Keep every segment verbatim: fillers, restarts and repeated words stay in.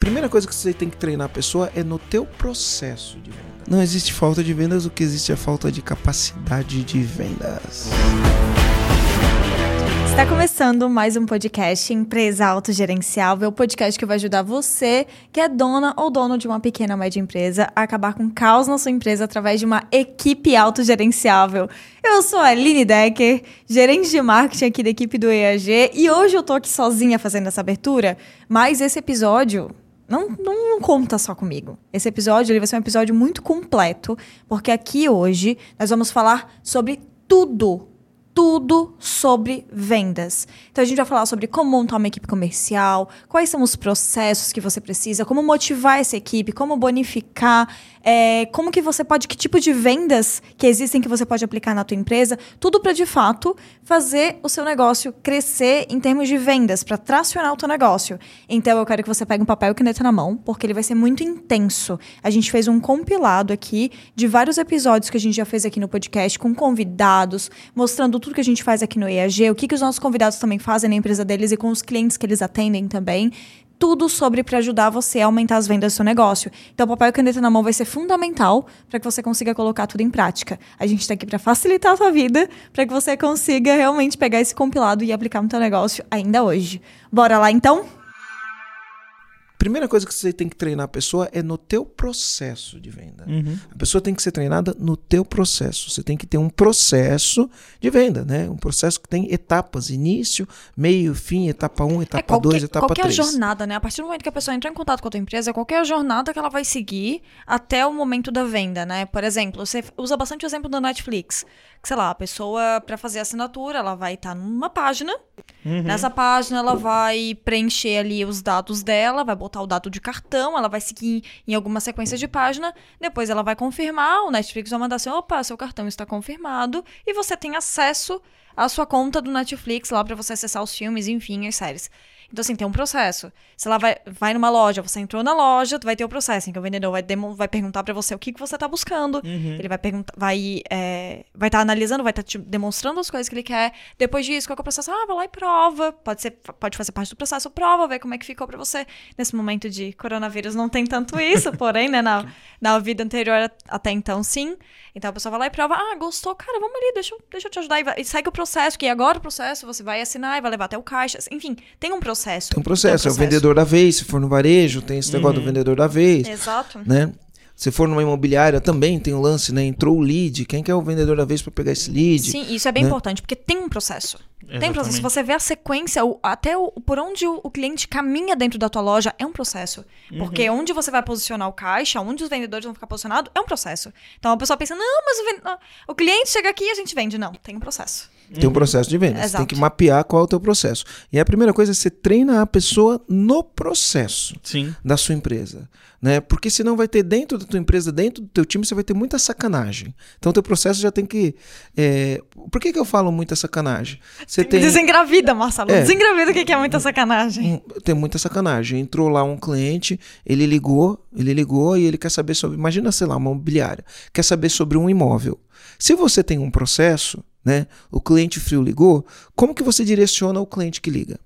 primeira coisa que você tem que treinar a pessoa é no teu processo de venda. Não existe falta de vendas, o que existe é falta de capacidade de vendas. Está começando mais um podcast Empresa Autogerenciável, o podcast que vai ajudar você, que é dona ou dono de uma pequena ou média empresa, a acabar com o caos na sua empresa através de uma equipe autogerenciável. Eu sou a Aline Decker, gerente de marketing aqui da equipe do E A G, e hoje eu tô aqui sozinha fazendo essa abertura, mas esse episódio não, não, não conta só comigo. Esse episódio ele vai ser um episódio muito completo, porque aqui hoje nós vamos falar sobre tudo Tudo sobre vendas. Então, a gente vai falar sobre como montar uma equipe comercial, quais são os processos que você precisa, como motivar essa equipe, como bonificar, é, como que você pode, que tipo de vendas que existem que você pode aplicar na tua empresa, tudo para, de fato, fazer o seu negócio crescer em termos de vendas, para tracionar o teu negócio. Então, eu quero que você pegue um papel e caneta na mão, porque ele vai ser muito intenso. A gente fez um compilado aqui de vários episódios que a gente já fez aqui no podcast, com convidados, mostrando tudo tudo que a gente faz aqui no E A G, o que, que os nossos convidados também fazem na empresa deles e com os clientes que eles atendem também. Tudo sobre para ajudar você a aumentar as vendas do seu negócio. Então, o papel e caneta na mão vai ser fundamental para que você consiga colocar tudo em prática. A gente está aqui para facilitar a sua vida, para que você consiga realmente pegar esse compilado e aplicar no seu negócio ainda hoje. Bora lá, então? Primeira coisa que você tem que treinar a pessoa é no teu processo de venda. Uhum. A pessoa tem que ser treinada no teu processo. Você tem que ter um processo de venda, né? Um processo que tem etapas, início, meio, fim, etapa um, etapa dois, etapa três. Qualquer jornada, né? A partir do momento que a pessoa entra em contato com a tua empresa, qualquer jornada que ela vai seguir até o momento da venda, né? Por exemplo, você usa bastante o exemplo da Netflix. Que, sei lá, a pessoa, para fazer a assinatura, ela vai estar numa página. Uhum. Nessa página, ela vai preencher ali os dados dela, vai botar o dado de cartão, ela vai seguir em alguma sequência de página, depois ela vai confirmar, o Netflix vai mandar assim, opa, seu cartão está confirmado, e você tem acesso à sua conta do Netflix lá para você acessar os filmes, enfim, as séries. Então, assim, tem um processo. Se ela vai, vai numa loja, você entrou na loja, vai ter o processo, em que o vendedor vai, demo, vai perguntar pra você o que, que você tá buscando. Uhum. Ele vai perguntar, vai é, vai estar tá analisando, vai estar tá te demonstrando as coisas que ele quer. Depois disso, qual que é o processo? Ah, vai lá e prova. Pode, ser, pode fazer parte do processo, prova, ver como é que ficou pra você. Nesse momento de coronavírus não tem tanto isso, porém, né, na, na vida anterior até então, sim. Então, a pessoa vai lá e prova, ah, gostou, cara, vamos ali, deixa, eu, deixa eu te ajudar. E, vai, e segue o processo, que agora o processo você vai assinar e vai levar até o caixa. Enfim, tem um processo. Tem um processo, tem um processo. É o vendedor da vez, se for no varejo, tem esse negócio uhum. do vendedor da vez. Exato. Né? Se for numa imobiliária, também tem o um lance, né? Entrou o lead, quem que é o vendedor da vez para pegar esse lead? Sim, isso é bem né? importante, porque tem um processo. Exatamente. Tem um processo. Se você vê a sequência, o, até o, por onde o, o cliente caminha dentro da tua loja, é um processo. Uhum. Porque onde você vai posicionar o caixa, onde os vendedores vão ficar posicionados, é um processo. Então a pessoa pensa, não, mas o, vend... o cliente chega aqui e a gente vende. Não, tem um processo. Tem um processo de venda. Você tem que mapear qual é o teu processo. E a primeira coisa é você treina a pessoa no processo Sim. da sua empresa. Né? Porque senão vai ter dentro da tua empresa, dentro do teu time, você vai ter muita sacanagem. Então o teu processo já tem que... É... Por que que eu falo muita sacanagem? Você tem... Desengravida, Marcelo. É. Desengravida o que que é muita sacanagem. Tem muita sacanagem. Entrou lá um cliente, ele ligou, ele ligou e ele quer saber sobre... Imagina, sei lá, uma imobiliária. Quer saber sobre um imóvel. Se você tem um processo... Né? O cliente frio ligou, como que você direciona o cliente que liga?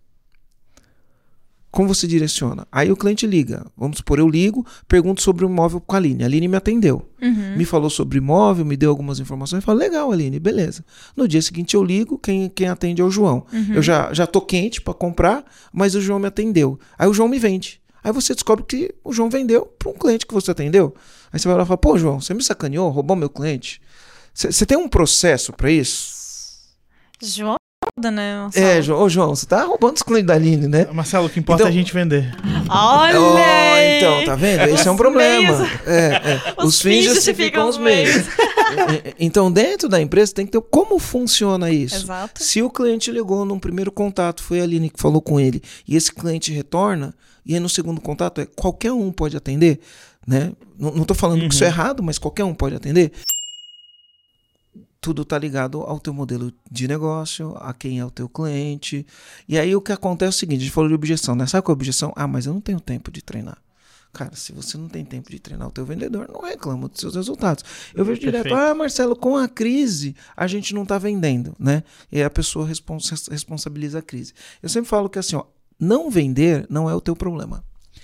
Como você direciona? Aí o cliente liga, vamos supor, eu ligo, pergunto sobre o imóvel com a Aline. A Aline me atendeu, uhum. me falou sobre o imóvel, me deu algumas informações, eu falo, legal, Aline, beleza. No dia seguinte eu ligo, quem, quem atende é o João. Uhum. Eu já, já tô quente para comprar, mas o João me atendeu. Aí o João me vende. Aí você descobre que o João vendeu para um cliente que você atendeu. Aí você vai lá e fala, pô, João, você me sacaneou, roubou meu cliente? Você tem um processo para isso? João, né, Marcelo? É, João, ô, João, você tá roubando os clientes da Aline, né? Marcelo, o que importa então, é a gente vender. Olha! Oh, então, tá vendo? Esse é um problema. Meios, é, é. Os, os fins justificam os meios. Então, dentro da empresa, tem que ter como funciona isso. Exato. Se o cliente ligou num primeiro contato, foi a Aline que falou com ele, e esse cliente retorna, e aí no segundo contato, é, qualquer um pode atender, né? Não, não tô falando uhum. que isso é errado, mas qualquer um pode atender. Tudo está ligado ao teu modelo de negócio, a quem é o teu cliente. E aí o que acontece é o seguinte, a gente falou de objeção, né? Sabe qual é a objeção? Ah, mas eu não tenho tempo de treinar. Cara, se você não tem tempo de treinar o teu vendedor, não reclama dos seus resultados. Eu vejo Perfeito. direto, ah, Marcelo, com a crise a gente não está vendendo, né? E aí a pessoa respons- responsabiliza a crise. Eu sempre falo que assim, ó, não vender não é o teu problema.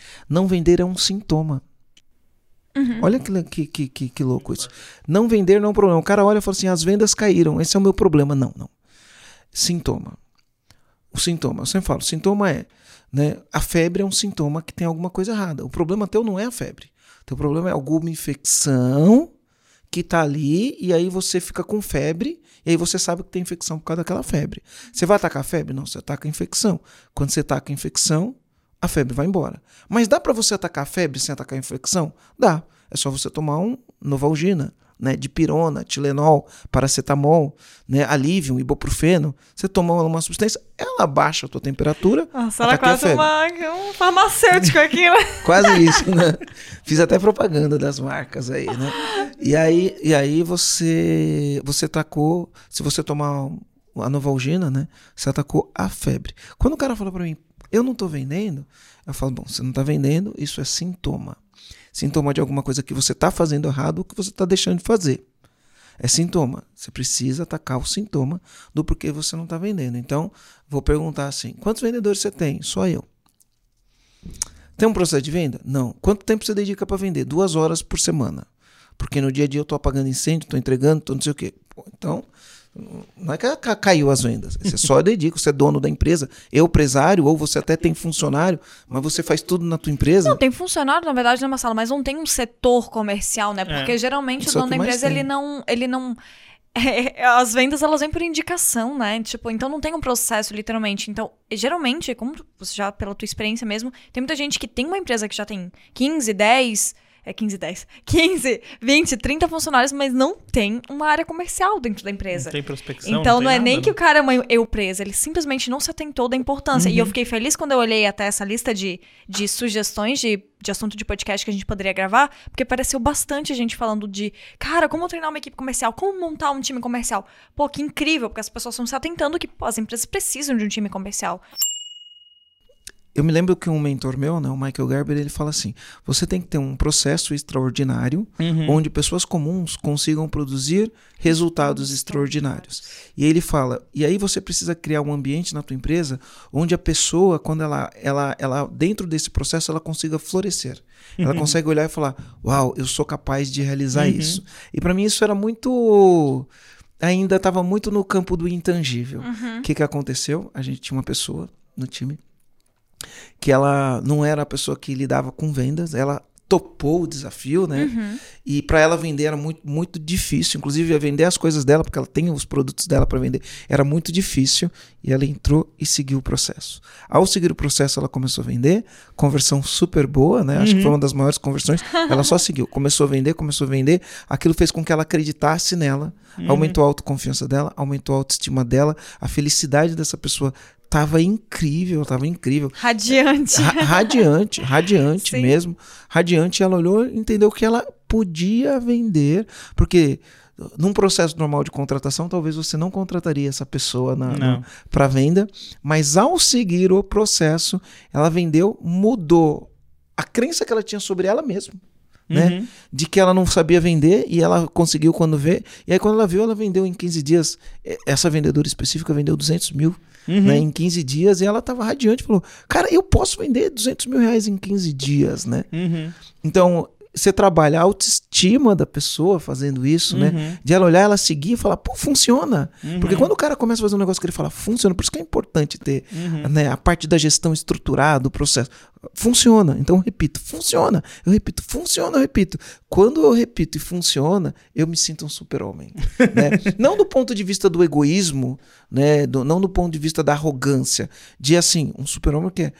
Não vender é um sintoma. Uhum. Olha que, que, que, que louco isso. Não vender não é um problema. O cara olha e fala assim, as vendas caíram, esse é o meu problema. Não, não. Sintoma. O sintoma, eu sempre falo, o sintoma é, né, a febre é um sintoma que tem alguma coisa errada. O problema teu não é a febre. O teu problema é alguma infecção que tá ali e aí você fica com febre e aí você sabe que tem infecção por causa daquela febre. Você vai atacar a febre? Não, você ataca a infecção. Quando você ataca a infecção, a febre vai embora. Mas dá para você atacar a febre sem atacar a infecção? Dá. É só você tomar um Novalgina, né, dipirona, Tilenol, paracetamol, né, Alivium, ibuprofeno. Você toma uma substância, ela baixa a tua temperatura. Nossa, ela é quase uma, um farmacêutico aqui, né? Quase isso, né? Fiz até propaganda das marcas aí, né? E aí, e aí você, você atacou, se você tomar a Novalgina, né, você atacou a febre. Quando o cara fala pra mim, eu não tô vendendo, eu falo, bom, você não tá vendendo, isso é sintoma. Sintoma de alguma coisa que você está fazendo errado ou que você está deixando de fazer. É sintoma. Você precisa atacar o sintoma do porquê você não está vendendo. Então, vou perguntar assim, quantos vendedores você tem? Só eu. Tem um processo de venda? Não. Quanto tempo você dedica para vender? Duas horas por semana. Porque no dia a dia eu estou apagando incêndio, estou entregando, estou não sei o quê. Pô, então, não é que caiu as vendas. Você só dedica, você é dono da empresa, eu empresário, ou você até tem funcionário, mas você faz tudo na tua empresa. Não, tem funcionário, na verdade, na Marcelo, mas não tem um setor comercial, né? Porque é. geralmente Isso o dono é o da que empresa, mais ele tem. não... Ele não é, as vendas, elas vêm por indicação, né? Tipo, então não tem um processo, literalmente. Então, geralmente, como você já, pela tua experiência mesmo, tem muita gente que tem uma empresa que já tem quinze, dez... É quinze, dez. quinze, vinte, trinta funcionários, mas não tem uma área comercial dentro da empresa. Não tem prospecção, Então não, não, tem é nada, nem né? que o cara é uma eu presa, ele simplesmente não se atentou da importância. Uhum. E eu fiquei feliz quando eu olhei até essa lista de, de sugestões de, de assunto de podcast que a gente poderia gravar, porque apareceu bastante gente falando de, cara, como treinar uma equipe comercial, como montar um time comercial. Pô, que incrível, porque as pessoas estão se atentando que pô, as empresas precisam de um time comercial. Eu me lembro que um mentor meu, né, o Michael Gerber, ele fala assim, você tem que ter um processo extraordinário, Uhum. onde pessoas comuns consigam produzir resultados extraordinários. E ele fala, e aí você precisa criar um ambiente na tua empresa, onde a pessoa, quando ela, ela, ela dentro desse processo, ela consiga florescer. Ela Uhum. consegue olhar e falar, uau, eu sou capaz de realizar Uhum. isso. E para mim isso era muito... Ainda estava muito no campo do intangível. O Uhum. que que aconteceu? A gente tinha uma pessoa no time que ela não era a pessoa que lidava com vendas, ela topou o desafio, né? Uhum. E para ela vender era muito, muito difícil, inclusive ia vender as coisas dela, porque ela tem os produtos dela para vender, era muito difícil, e ela entrou e seguiu o processo. Ao seguir o processo, ela começou a vender, conversão super boa, né? Acho Uhum. que foi uma das maiores conversões, ela só seguiu, começou a vender, começou a vender, aquilo fez com que ela acreditasse nela, Uhum. aumentou a autoconfiança dela, aumentou a autoestima dela, a felicidade dessa pessoa tava incrível, tava incrível. Radiante. Ra- radiante, radiante Sim. mesmo. Radiante, ela olhou e entendeu que ela podia vender, porque num processo normal de contratação, talvez você não contrataria essa pessoa Não. para venda, mas ao seguir o processo, ela vendeu, mudou a crença que ela tinha sobre ela mesma. Né? Uhum. De que ela não sabia vender e ela conseguiu quando vê. E aí quando ela viu, ela vendeu em quinze dias. Essa vendedora específica vendeu duzentos mil Uhum. né, em quinze dias e ela estava radiante. Falou, cara, eu posso vender duzentos mil reais em quinze dias, né? Uhum. Então, você trabalha a autoestima da pessoa fazendo isso, Uhum. né? De ela olhar, ela seguir e falar, pô, funciona. Uhum. Porque quando o cara começa a fazer um negócio que ele fala, funciona, por isso que é importante ter Uhum. né, a parte da gestão estruturada, o processo. Funciona. Então, eu repito, funciona. Eu repito, funciona, eu repito. Quando eu repito e funciona, eu me sinto um super-homem. Né? Não do ponto de vista do egoísmo, né? do, não do ponto de vista da arrogância, de assim, um super-homem que é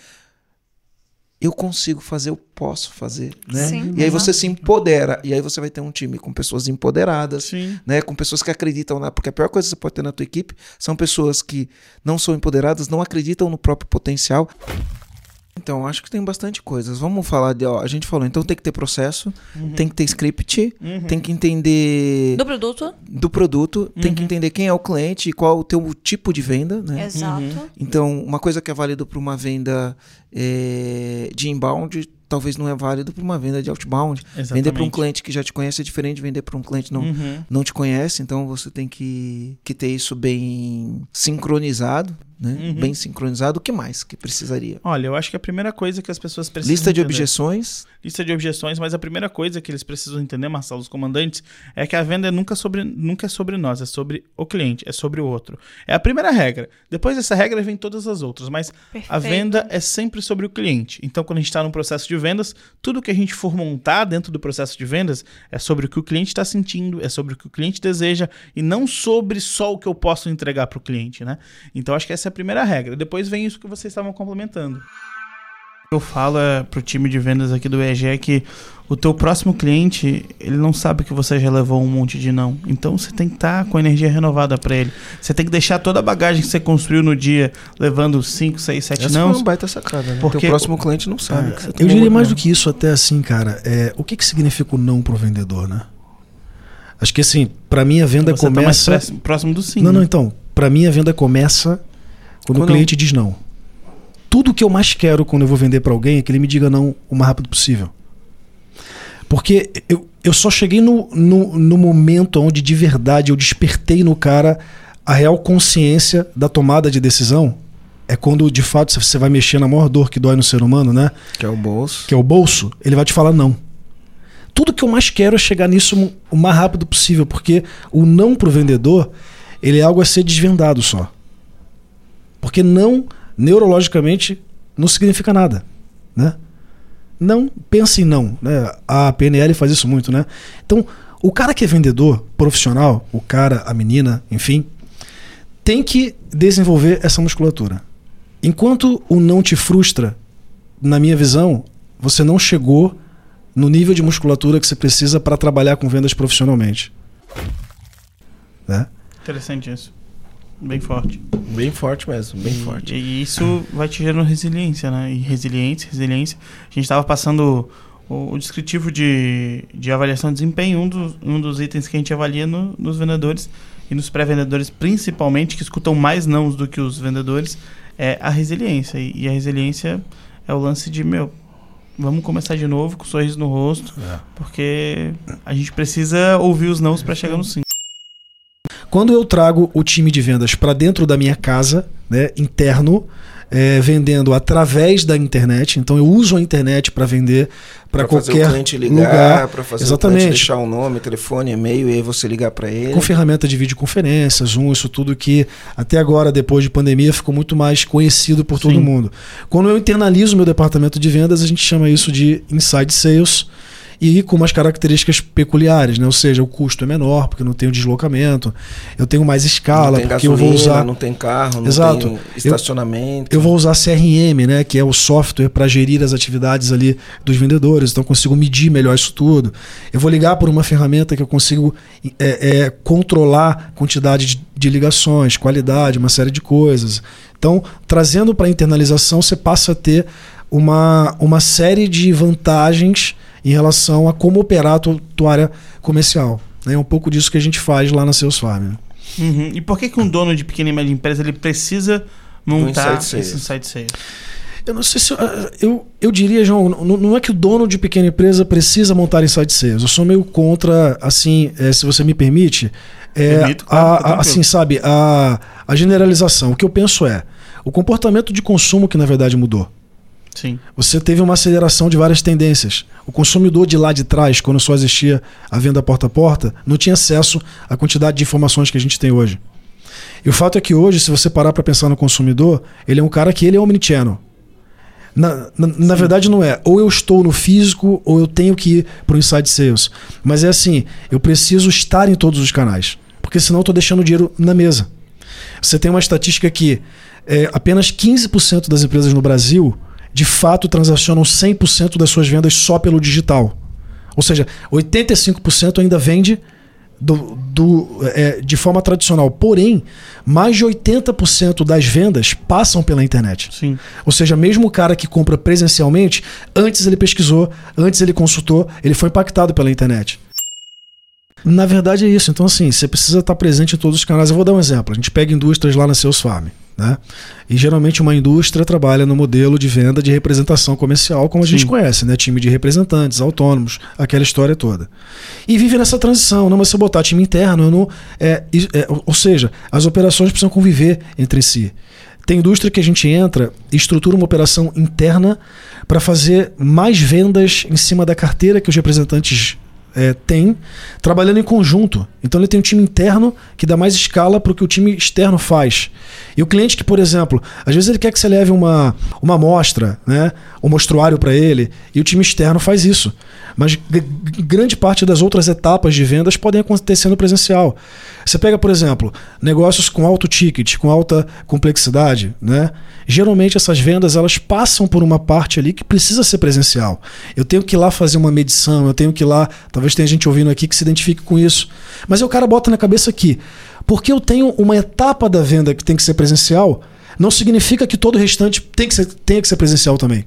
eu consigo fazer, eu posso fazer, né? Sim, e aí uhum. você se empodera, e aí você vai ter um time com pessoas empoderadas, Sim. né? Com pessoas que acreditam, na, porque a pior coisa que você pode ter na tua equipe são pessoas que não são empoderadas, não acreditam no próprio potencial. Então, acho que tem bastante coisas. Vamos falar de, ó, a gente falou, então tem que ter processo, Uhum. tem que ter script, Uhum. tem que entender Do produto. do produto, tem que Uhum. entender quem é o cliente e qual o teu tipo de venda, né? Exato. Uhum. Então, uma coisa que é válido para uma venda é, de inbound, talvez não é válido para uma venda de outbound. Exatamente. Vender para um cliente que já te conhece é diferente de vender para um cliente que não, Uhum. não te conhece, então você tem que, que ter isso bem sincronizado. né? Uhum. Bem sincronizado. O que mais que precisaria? Olha, eu acho que a primeira coisa que as pessoas precisam Lista de entender- objeções. Lista de objeções, mas a primeira coisa que eles precisam entender, Marcelo, os comandantes, é que a venda é nunca, sobre, nunca é sobre nós, é sobre o cliente, é sobre o outro. É a primeira regra. Depois dessa regra vem todas as outras, mas Perfeito. a venda é sempre sobre o cliente. Então, quando a gente está num processo de vendas, tudo que a gente for montar dentro do processo de vendas é sobre o que o cliente está sentindo, é sobre o que o cliente deseja e não sobre só o que eu posso entregar para o cliente, né? Então, acho que essa é a primeira regra. Depois vem isso que vocês estavam complementando. O que eu falo é pro time de vendas aqui do E G é que o teu próximo cliente, ele não sabe que você já levou um monte de não. Então você tem que estar com a energia renovada para ele. Você tem que deixar toda a bagagem que você construiu no dia, levando cinco, seis, sete Essa não. foi uma baita sacada, né? Porque Teu próximo cliente não sabe. que você Eu tomou diria muito mais não. do que isso até assim, cara. É, o que, que significa o não pro vendedor, né? Acho que assim, pra mim a venda Você tá mais começa... próximo- próximo do sim. Não, não, né? então. Pra mim a venda começa quando, Quando- o cliente diz não. Tudo que eu mais quero quando eu vou vender pra alguém é que ele me diga não o mais rápido possível. Porque eu, eu só cheguei no, no, no momento onde de verdade eu despertei no cara a real consciência da tomada de decisão. É quando de fato você vai mexer na maior dor que dói no ser humano, né? Que é o bolso. Que é o bolso, ele vai te falar não. Tudo que eu mais quero é chegar nisso o mais rápido possível, porque o não pro vendedor, ele é algo a ser desvendado só. Porque não, neurologicamente, não significa nada, né? Não, pense em não, né? A P N L faz isso muito, né? Então, o cara que é vendedor profissional, o cara, a menina, enfim, tem que desenvolver essa musculatura. Enquanto o não te frustra, na minha visão, você não chegou no nível de musculatura que você precisa para trabalhar com vendas profissionalmente. Né? Interessante isso. Bem forte. Bem forte mesmo, bem e, forte. E isso vai te gerando resiliência, né? E resiliência, resiliência. A gente estava passando o, o descritivo de, de avaliação de desempenho, um dos, um dos itens que a gente avalia no, nos vendedores e nos pré-vendedores, principalmente, que escutam mais nãos do que os vendedores, é a resiliência. E, e a resiliência é o lance de, meu, vamos começar de novo com um sorriso no rosto, É. porque a gente precisa ouvir os nãos para chegar no sim. Quando eu trago o time de vendas para dentro da minha casa, né, interno, é, vendendo através da internet, então eu uso a internet para vender para qualquer fazer o cliente ligar, lugar, para fazer exatamente, o cliente deixar o nome, telefone, e-mail e aí você ligar para ele. com ferramenta de videoconferência, Zoom, isso tudo que até agora, depois de pandemia, ficou muito mais conhecido por todo Sim. mundo. Quando eu internalizo meu departamento de vendas, a gente chama isso de inside sales, e com umas características peculiares, né? Ou seja, o custo é menor, porque não tem o deslocamento, eu tenho mais escala, não tem porque gasolina, eu vou usar... não tem carro, não Exato. tem estacionamento. Eu vou usar C R M, né, que é o software para gerir as atividades ali dos vendedores, então eu consigo medir melhor isso tudo. Eu vou ligar por uma ferramenta que eu consigo é, é, controlar a quantidade de, de ligações, qualidade, uma série de coisas. Então, trazendo para a internalização, você passa a ter uma, uma série de vantagens em relação a como operar a tua, tua área comercial. É um pouco disso que a gente faz lá na Sales Farm. Né? Uhum. E por que, que um dono de pequena e média empresa ele precisa montar inside sales. esse inside sales? Eu não sei se. Eu, eu, eu diria, João, não, não é que o dono de pequena empresa precisa montar inside sales. Eu sou meio contra, assim, é, se você me permite, é, Permito, claro, a, tá a, tranquilo. assim, sabe, a, a generalização. O que eu penso é o comportamento de consumo que, na verdade, mudou. Sim. Você teve uma aceleração de várias tendências. O consumidor de lá de trás, quando só existia a venda porta a porta, não tinha acesso à quantidade de informações que a gente tem hoje. E o fato é que hoje, se você parar para pensar no consumidor, ele é um cara que ele é omnichannel. Na, na, na verdade não é, ou eu estou no físico ou eu tenho que ir para o inside sales. Mas é assim, eu preciso estar em todos os canais, porque senão eu estou deixando o dinheiro na mesa. Você tem uma estatística que é, apenas quinze por cento das empresas no Brasil de fato transacionam cem por cento das suas vendas só pelo digital. Ou seja, oitenta e cinco por cento ainda vende do, do, é, de forma tradicional. Porém, mais de oitenta por cento das vendas passam pela internet. Sim. Ou seja, mesmo o cara que compra presencialmente, antes ele pesquisou, antes ele consultou, ele foi impactado pela internet. Na verdade é isso. Então assim, você precisa estar presente em todos os canais. Eu vou dar um exemplo. A gente pega indústrias lá na Sales Farm, né? E geralmente uma indústria trabalha no modelo de venda de representação comercial, como a Sim. gente conhece, né? Time de representantes, autônomos, aquela história toda. E vive nessa transição, não vai você botar time interno, eu não, é, é, ou seja, as operações precisam conviver entre si. Tem indústria que a gente entra e estrutura uma operação interna para fazer mais vendas em cima da carteira que os representantes é, têm, trabalhando em conjunto. Então ele tem um time interno que dá mais escala para o que o time externo faz. E o cliente que, por exemplo, às vezes ele quer que você leve uma, uma amostra, né, um mostruário para ele, e o time externo faz isso. Mas g- grande parte das outras etapas de vendas podem acontecer no presencial. Você pega, por exemplo, negócios com alto ticket, com alta complexidade, né? Geralmente essas vendas elas passam por uma parte ali que precisa ser presencial. Eu tenho que ir lá fazer uma medição, eu tenho que ir lá, talvez tenha gente ouvindo aqui que se identifique com isso. Mas aí o cara bota na cabeça aqui, porque eu tenho uma etapa da venda que tem que ser presencial, não significa que todo o restante tem que ser, tenha que ser presencial também.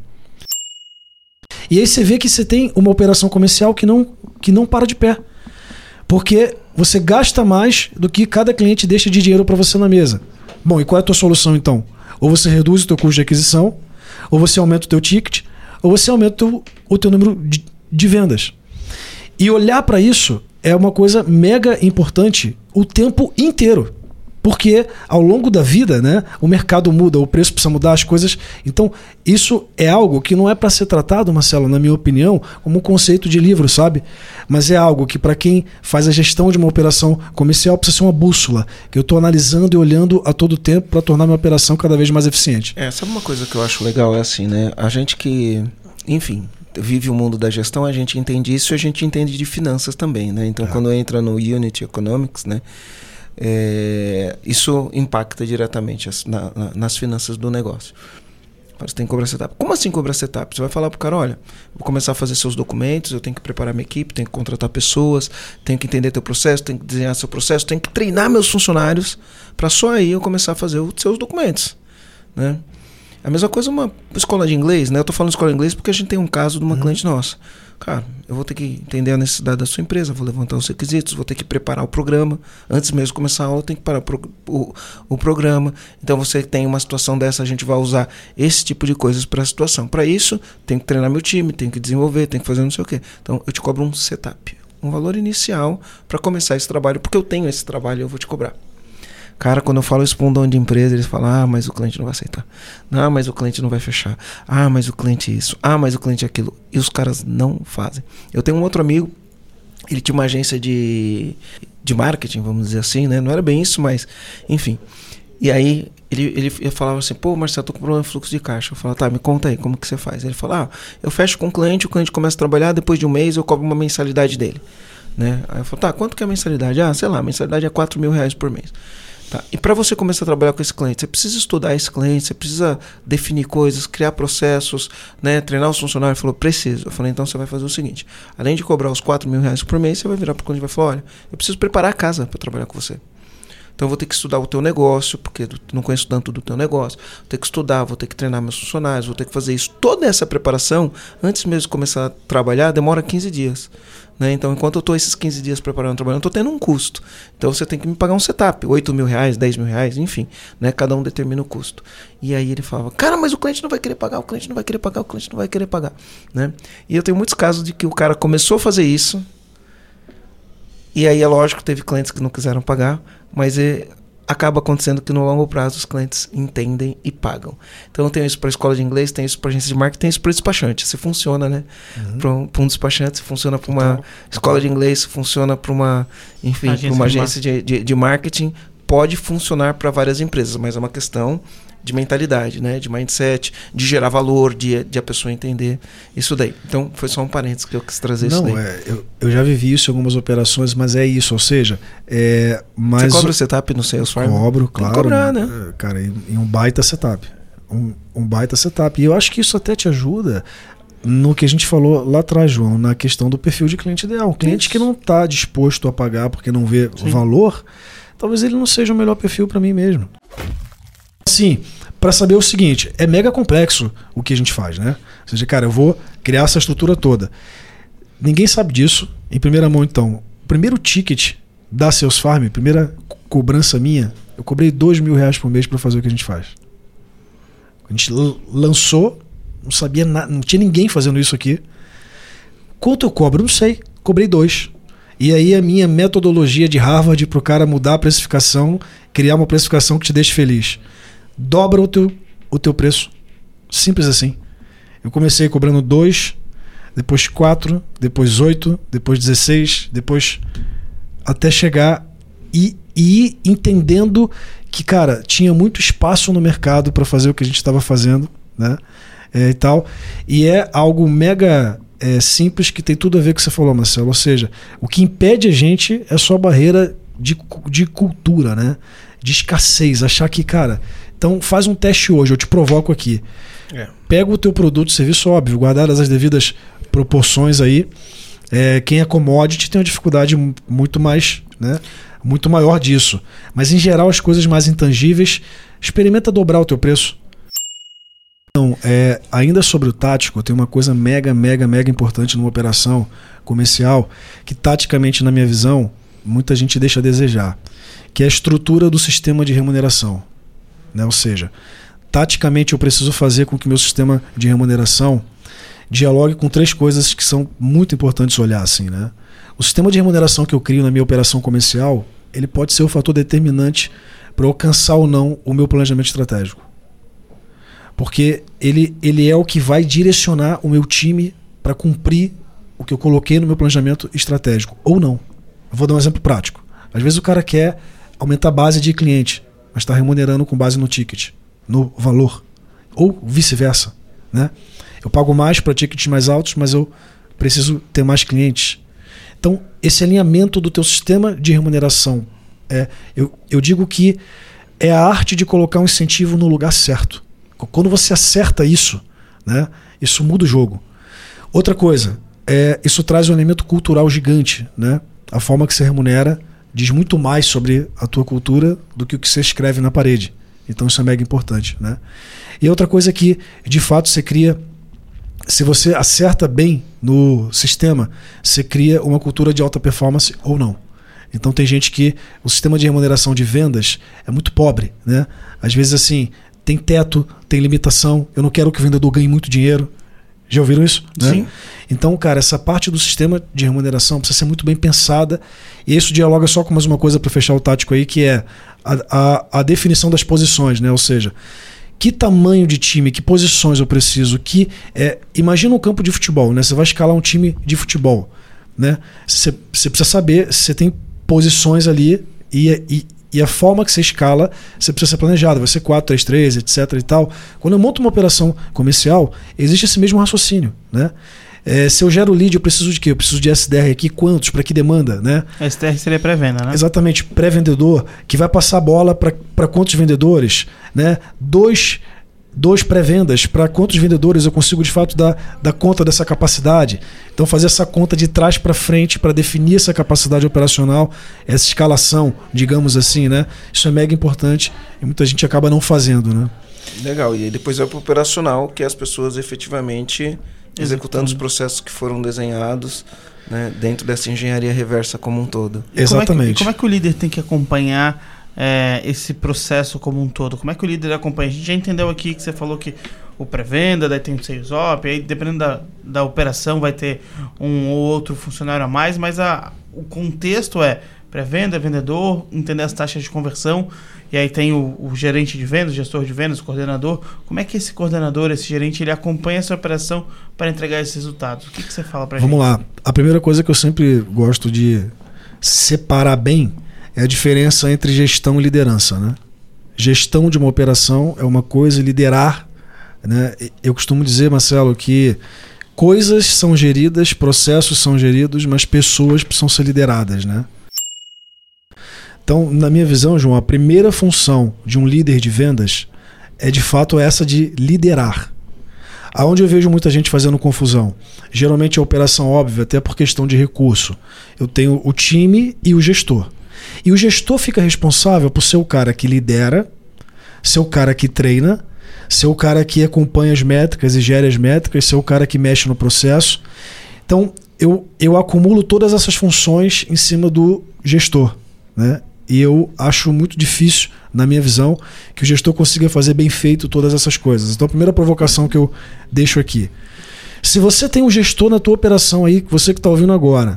E aí você vê que você tem uma operação comercial que não, que não para de pé. Porque você gasta mais do que cada cliente deixa de dinheiro para você na mesa. Bom, e qual é a tua solução então? Ou você reduz o teu custo de aquisição, ou você aumenta o teu ticket, ou você aumenta o, o teu número de, de vendas. E olhar para isso é uma coisa mega importante o tempo inteiro. Porque ao longo da vida, né, o mercado muda, o preço precisa mudar, as coisas. Então, isso é algo que não é para ser tratado, Marcelo, na minha opinião, como um conceito de livro, sabe? Mas é algo que, para quem faz a gestão de uma operação comercial, precisa ser uma bússola, que eu estou analisando e olhando a todo tempo para tornar minha operação cada vez mais eficiente. É, sabe uma coisa que eu acho legal? É assim, né? A gente que, enfim, vive o mundo da gestão, a gente entende isso e a gente entende de finanças também, né? Então, é. quando entra no Unity Economics, né? É, isso impacta diretamente as, na, na, nas finanças do negócio. Você tem que cobrar setup. Como assim cobrar setup? Você vai falar pro cara, olha, vou começar a fazer seus documentos, eu tenho que preparar minha equipe, tenho que contratar pessoas, tenho que entender teu processo, tenho que desenhar seu processo, tenho que treinar meus funcionários para só aí eu começar a fazer os seus documentos, né? A mesma coisa uma escola de inglês, né? Eu tô falando de escola de inglês porque a gente tem um caso de uma uhum. cliente nossa. Cara, eu vou ter que entender a necessidade da sua empresa, vou levantar os requisitos, vou ter que preparar o programa. Antes mesmo de começar a aula, eu tenho que parar o, pro, o, o programa. Então, você tem uma situação dessa, a gente vai usar esse tipo de coisas para a situação. Para isso, tem que treinar meu time, tem que desenvolver, tem que fazer não sei o quê. Então, eu te cobro um setup, um valor inicial para começar esse trabalho, porque eu tenho esse trabalho e eu vou te cobrar. Cara, quando eu falo isso para um dono de empresa, eles falam, ah, mas o cliente não vai aceitar. Ah, mas o cliente não vai fechar. Ah, mas o cliente isso. Ah, mas o cliente aquilo. E os caras não fazem. Eu tenho um outro amigo, ele tinha uma agência de, de marketing, vamos dizer assim, né? Não era bem isso, mas, enfim. E aí, ele, ele, ele falava assim, pô, Marcelo, tô com problema de fluxo de caixa. Eu falava, tá, me conta aí, como que você faz? Ele falou, ah, eu fecho com o cliente, o cliente começa a trabalhar, depois de um mês eu cobro uma mensalidade dele. Né? Aí eu falo, tá, quanto que é a mensalidade? Ah, sei lá, a mensalidade é quatro mil reais por mês. Tá. E para você começar a trabalhar com esse cliente, você precisa estudar esse cliente, você precisa definir coisas, criar processos, né, treinar os funcionários. Ele falou, preciso. Eu falei, então você vai fazer o seguinte, além de cobrar os quatro mil reais por mês, você vai virar para o cliente e vai falar, olha, eu preciso preparar a casa para trabalhar com você. Então eu vou ter que estudar o teu negócio, porque eu não conheço tanto do teu negócio. Vou ter que estudar, vou ter que treinar meus funcionários, vou ter que fazer isso. Toda essa preparação, antes mesmo de começar a trabalhar, demora quinze dias. Né? Então, enquanto eu estou esses quinze dias preparando, trabalhando, eu estou tendo um custo. Então, você tem que me pagar um setup, oito mil reais, dez mil reais, enfim. Né? Cada um determina o custo. E aí ele falava, cara, mas o cliente não vai querer pagar, o cliente não vai querer pagar, o cliente não vai querer pagar. Né? E eu tenho muitos casos de que o cara começou a fazer isso, e aí é lógico, teve clientes que não quiseram pagar, mas é, acaba acontecendo que no longo prazo os clientes entendem e pagam. Então eu tenho isso para a escola de inglês, tenho isso para agência de marketing, tenho isso para despachante. Se funciona, né? Uhum. Para um, um despachante, se funciona para uma então, escola de inglês, se funciona para uma, enfim, para uma agência de, de, de marketing, pode funcionar para várias empresas, mas é uma questão de mentalidade, né? De mindset, de gerar valor, de, de a pessoa entender isso daí. Então, foi só um parênteses que eu quis trazer. Não, isso daí. É, eu, eu já vivi isso em algumas operações, mas é isso, ou seja... É, mas você cobra o setup no Salesforce? Cobro, claro. Tem que cobrar, né? Cara, em, em um baita setup. Um, um baita setup. E eu acho que isso até te ajuda no que a gente falou lá atrás, João, na questão do perfil de cliente ideal. Um cliente isso. que não está disposto a pagar porque não vê Sim. valor, talvez ele não seja o melhor perfil para mim mesmo. Assim, para saber o seguinte, é mega complexo o que a gente faz, né? Ou seja, cara, eu vou criar essa estrutura toda. Ninguém sabe disso. Em primeira mão, então, o primeiro ticket da Sales Farm, primeira cobrança minha, eu cobrei dois mil reais por mês para fazer o que a gente faz. A gente lançou, não sabia nada, não tinha ninguém fazendo isso aqui. Quanto eu cobro? Não sei. Cobrei dois. E aí a minha metodologia de Harvard para o cara mudar a precificação, criar uma precificação que te deixe feliz. dobra o teu, o teu preço. Simples assim. Eu comecei cobrando dois, depois quatro, depois oito, depois dezesseis, depois até chegar e, e ir entendendo que, cara, tinha muito espaço no mercado para fazer o que a gente estava fazendo, né? É, e tal. E é algo mega é, simples que tem tudo a ver com o que você falou, Marcelo. Ou seja, o que impede a gente é só a barreira de, de cultura, né? De escassez. Achar que, cara, então faz um teste hoje, eu te provoco aqui. É. Pega o teu produto, serviço, óbvio, guardadas as devidas proporções aí. É, quem é commodity tem uma dificuldade muito mais, né, muito maior disso. Mas em geral as coisas mais intangíveis, experimenta dobrar o teu preço. Então, é, ainda sobre o tático, tem uma coisa mega, mega, mega importante numa operação comercial que taticamente, na minha visão, muita gente deixa a desejar, que é a estrutura do sistema de remuneração, né? Ou seja, taticamente eu preciso fazer com que o meu sistema de remuneração dialogue com três coisas que são muito importantes olhar assim, né? O sistema de remuneração que eu crio na minha operação comercial, ele pode ser o fator determinante para alcançar ou não o meu planejamento estratégico. Porque ele, ele é o que vai direcionar o meu time para cumprir o que eu coloquei no meu planejamento estratégico, ou não. Eu vou dar um exemplo prático. Às vezes o cara quer aumentar a base de cliente, mas está remunerando com base no ticket, no valor, ou vice-versa, né? Eu pago mais para tickets mais altos, mas eu preciso ter mais clientes. Então, esse alinhamento do teu sistema de remuneração, é, eu, eu digo que é a arte de colocar um incentivo no lugar certo. Quando você acerta isso, né, isso muda o jogo. Outra coisa, é, isso traz um elemento cultural gigante, né? A forma que você remunera diz muito mais sobre a tua cultura do que o que você escreve na parede. Então isso é mega importante, né? E outra coisa que, de fato, você cria, se você acerta bem no sistema, você cria uma cultura de alta performance ou não. Então tem gente que o sistema de remuneração de vendas é muito pobre, né? Às vezes assim, tem teto, tem limitação, eu não quero que o vendedor ganhe muito dinheiro. Já ouviram isso? Sim. Né? Então, cara, essa parte do sistema de remuneração precisa ser muito bem pensada, e isso dialoga só com mais uma coisa para fechar o tático aí, que é a, a, a definição das posições, né? Ou seja, que tamanho de time, que posições eu preciso, que é, imagina um campo de futebol, né? Você vai escalar um time de futebol, né? Você, você precisa saber se você tem posições ali e, e E a forma que você escala, você precisa ser planejado. Vai ser quatro, três, três, etc e tal. Quando eu monto uma operação comercial, existe esse mesmo raciocínio, né? É, se eu gero lead, eu preciso de quê? Eu preciso de S D R aqui, quantos? Para que demanda, né? S D R seria pré-venda, né? Exatamente, pré-vendedor, que vai passar a bola para quantos vendedores, né? Dois... Dois pré-vendas, para quantos vendedores eu consigo de fato dar, dar conta dessa capacidade. Então fazer essa conta de trás para frente para definir essa capacidade operacional, essa escalação, digamos assim, né? Isso é mega importante e muita gente acaba não fazendo, né? Legal, e aí depois é para o operacional, que é as pessoas efetivamente executando os processos que foram desenhados, né, dentro dessa engenharia reversa como um todo. E Exatamente. Como é, que, como é que o líder tem que acompanhar É, esse processo como um todo? Como é que o líder acompanha? A gente já entendeu aqui que você falou que o pré-venda, daí tem o sales op, aí dependendo da, da operação vai ter um ou outro funcionário a mais, mas a, o contexto é pré-venda, vendedor, entender as taxas de conversão, e aí tem o, o gerente de vendas, o gestor de vendas, o coordenador. Como é que esse coordenador, esse gerente, ele acompanha essa operação para entregar esses resultados? O que, que você fala para a gente? Vamos lá. A primeira coisa que eu sempre gosto de separar bem é a diferença entre gestão e liderança, né? Gestão de uma operação é uma coisa, e liderar, né? Eu costumo dizer, Marcelo, que coisas são geridas, processos são geridos, mas pessoas precisam ser lideradas, né? Então, na minha visão, João, a primeira função de um líder de vendas é de fato essa de liderar. Aonde eu vejo muita gente fazendo confusão? Geralmente é operação óbvia, até por questão de recurso. Eu tenho o time e o gestor. E o gestor fica responsável por ser o cara que lidera, ser o cara que treina, ser o cara que acompanha as métricas e gera as métricas, ser o cara que mexe no processo. Então, eu, eu acumulo todas essas funções em cima do gestor, né? E eu acho muito difícil, na minha visão, que o gestor consiga fazer bem feito todas essas coisas. Então, a primeira provocação que eu deixo aqui. Se você tem um gestor na tua operação aí, você que está ouvindo agora,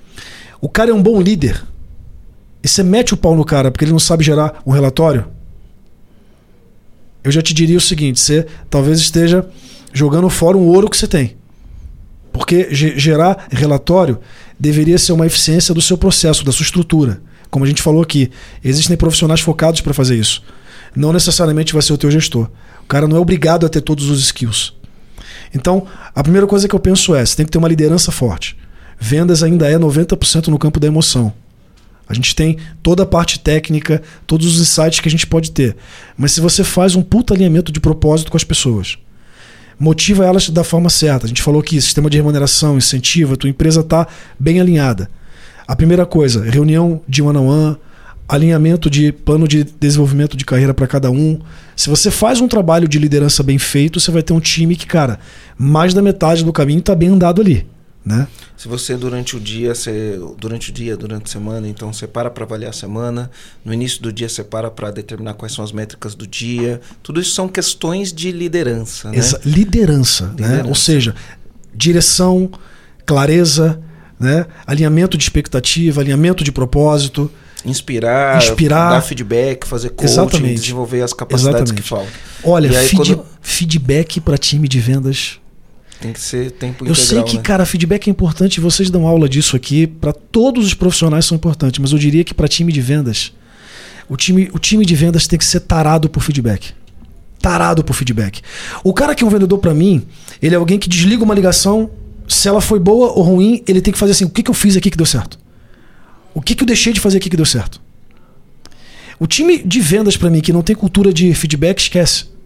o cara é um bom líder, e você mete o pau no cara porque ele não sabe gerar um relatório, eu já te diria o seguinte, você talvez esteja jogando fora um ouro que você tem. Porque gerar relatório deveria ser uma eficiência do seu processo, da sua estrutura. Como a gente falou aqui, existem profissionais focados para fazer isso. Não necessariamente vai ser o teu gestor. O cara não é obrigado a ter todos os skills. Então, a primeira coisa que eu penso é, você tem que ter uma liderança forte. Vendas ainda é noventa por cento no campo da emoção. A gente tem toda a parte técnica, todos os insights que a gente pode ter. Mas se você faz um puta alinhamento de propósito com as pessoas, motiva elas da forma certa. A gente falou aqui, sistema de remuneração, incentivo, a tua empresa está bem alinhada. A primeira coisa, reunião de one-on-one, alinhamento de plano de desenvolvimento de carreira para cada um. Se você faz um trabalho de liderança bem feito, você vai ter um time que, cara, mais da metade do caminho está bem andado ali. Né? Se você durante o dia, você, durante o dia, durante a semana, então você para para avaliar a semana, no início do dia você para para determinar quais são as métricas do dia, tudo isso são questões de liderança. Né? Essa liderança, liderança. Né? Ou seja, direção, clareza, né? Alinhamento de expectativa, alinhamento de propósito. Inspirar, inspirar, dar feedback, fazer coaching, exatamente. Desenvolver as capacidades exatamente. que faltam. Olha, aí, feed, quando... feedback para time de vendas... Tem que ser tempo eu integral, sei que, né? cara, feedback é importante, vocês dão aula disso aqui, para todos os profissionais são importantes, mas eu diria que para time de vendas, o time, o time de vendas tem que ser tarado por feedback. Tarado por feedback. O cara que é um vendedor para mim, ele é alguém que desliga uma ligação, se ela foi boa ou ruim, ele tem que fazer assim, o que, que eu fiz aqui que deu certo? O que, que eu deixei de fazer aqui que deu certo? O time de vendas para mim que não tem cultura de feedback, esquece.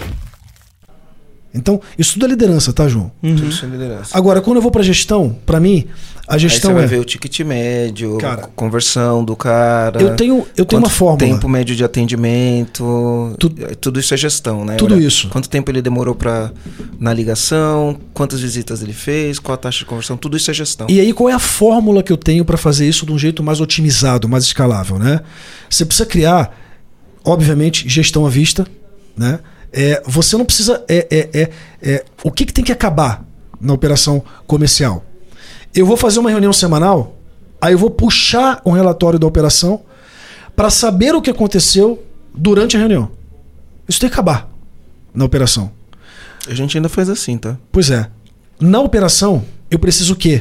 Então, isso tudo é liderança, tá, João? Uhum. Tudo isso é liderança. Agora, quando eu vou pra gestão, pra mim, a gestão Aí você é... vai ver o ticket médio, cara, conversão do cara... Eu tenho, eu tenho uma fórmula. Tempo médio de atendimento... Tu, tudo isso é gestão, né? Tudo Olha, isso. Quanto tempo ele demorou pra, na ligação, quantas visitas ele fez, qual a taxa de conversão, tudo isso é gestão. E aí, qual é a fórmula que eu tenho pra fazer isso de um jeito mais otimizado, mais escalável, né? Você precisa criar, obviamente, gestão à vista, né? É, você não precisa... É, é, é, é, o que, que tem que acabar na operação comercial? Eu vou fazer uma reunião semanal, aí eu vou puxar um relatório da operação para saber o que aconteceu durante a reunião. Isso tem que acabar na operação. A gente ainda faz assim, tá? Pois é. Na operação, eu preciso o quê?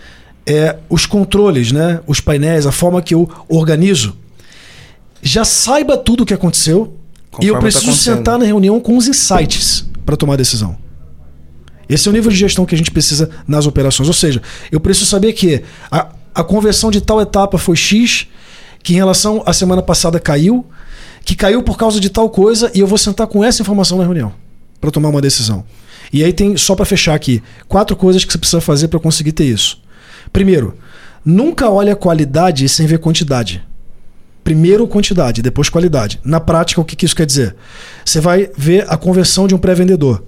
É, os controles, né? Os painéis, a forma que eu organizo, já saiba tudo o que aconteceu. Conforme e eu preciso tá sentar na reunião com os insights para tomar decisão. Esse é o nível de gestão que a gente precisa nas operações. Ou seja, eu preciso saber que a, a conversão de tal etapa foi X, que em relação à semana passada caiu, que caiu por causa de tal coisa, e eu vou sentar com essa informação na reunião para tomar uma decisão. E aí tem, só para fechar aqui, quatro coisas que você precisa fazer para conseguir ter isso. Primeiro, nunca olhe a qualidade sem ver quantidade. Primeiro quantidade, depois qualidade. Na prática, o que, que isso quer dizer? Você vai ver a conversão de um pré-vendedor.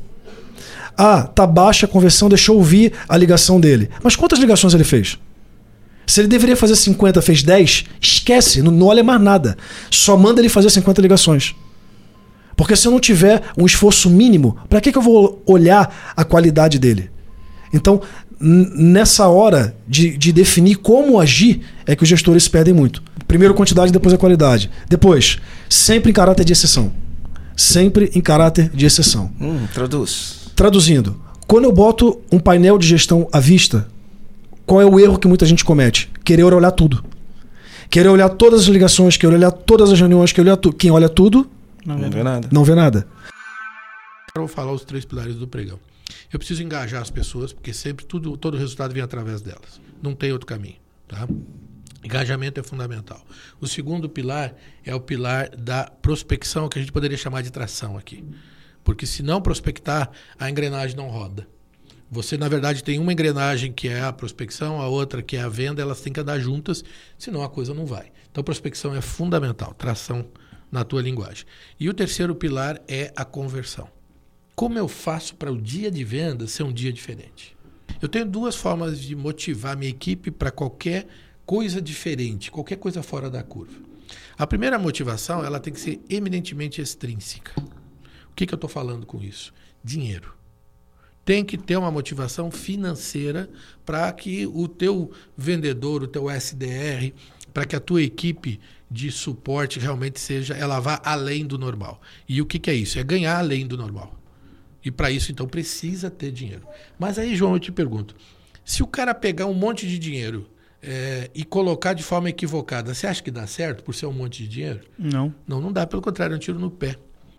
Ah, tá baixa a conversão, deixa eu ouvir a ligação dele. Mas quantas ligações ele fez? Se ele deveria fazer cinquenta, fez dez, esquece, não, não olha mais nada. Só manda ele fazer cinquenta ligações. Porque se eu não tiver um esforço mínimo, para que, que eu vou olhar a qualidade dele? Então, nessa hora de, de definir como agir, é que os gestores se perdem muito. Primeiro quantidade, depois a qualidade. Depois, sempre em caráter de exceção. Sempre em caráter de exceção. Hum, traduz. Traduzindo, quando eu boto um painel de gestão à vista, qual é o erro que muita gente comete? Querer olhar tudo. Querer olhar todas as ligações, querer olhar todas as reuniões, querer olhar tudo. Quem olha tudo, não, não vê nada. Não vê nada. Eu vou falar os três pilares do pregão. Eu preciso engajar as pessoas, porque sempre tudo, todo o resultado vem através delas. Não tem outro caminho, tá? Engajamento é fundamental. O segundo pilar é o pilar da prospecção, que a gente poderia chamar de tração aqui. Porque se não prospectar, a engrenagem não roda. Você, na verdade, tem uma engrenagem que é a prospecção, a outra que é a venda, elas têm que andar juntas, senão a coisa não vai. Então, prospecção é fundamental, tração na tua linguagem. E o terceiro pilar é a conversão. Como eu faço para o dia de venda ser um dia diferente? Eu tenho duas formas de motivar minha equipe para qualquer coisa diferente, qualquer coisa fora da curva. A primeira motivação, ela tem que ser eminentemente extrínseca. O que, que eu estou falando com isso? Dinheiro. Tem que ter uma motivação financeira para que o teu vendedor, o teu S D R, para que a tua equipe de suporte realmente seja, ela vá além do normal. E o que, que é isso? É ganhar além do normal. E para isso, então, precisa ter dinheiro. Mas aí, João, eu te pergunto, se o cara pegar um monte de dinheiro é, e colocar de forma equivocada, você acha que dá certo por ser um monte de dinheiro? Não. Não, não dá. Pelo contrário, é um tiro no pé.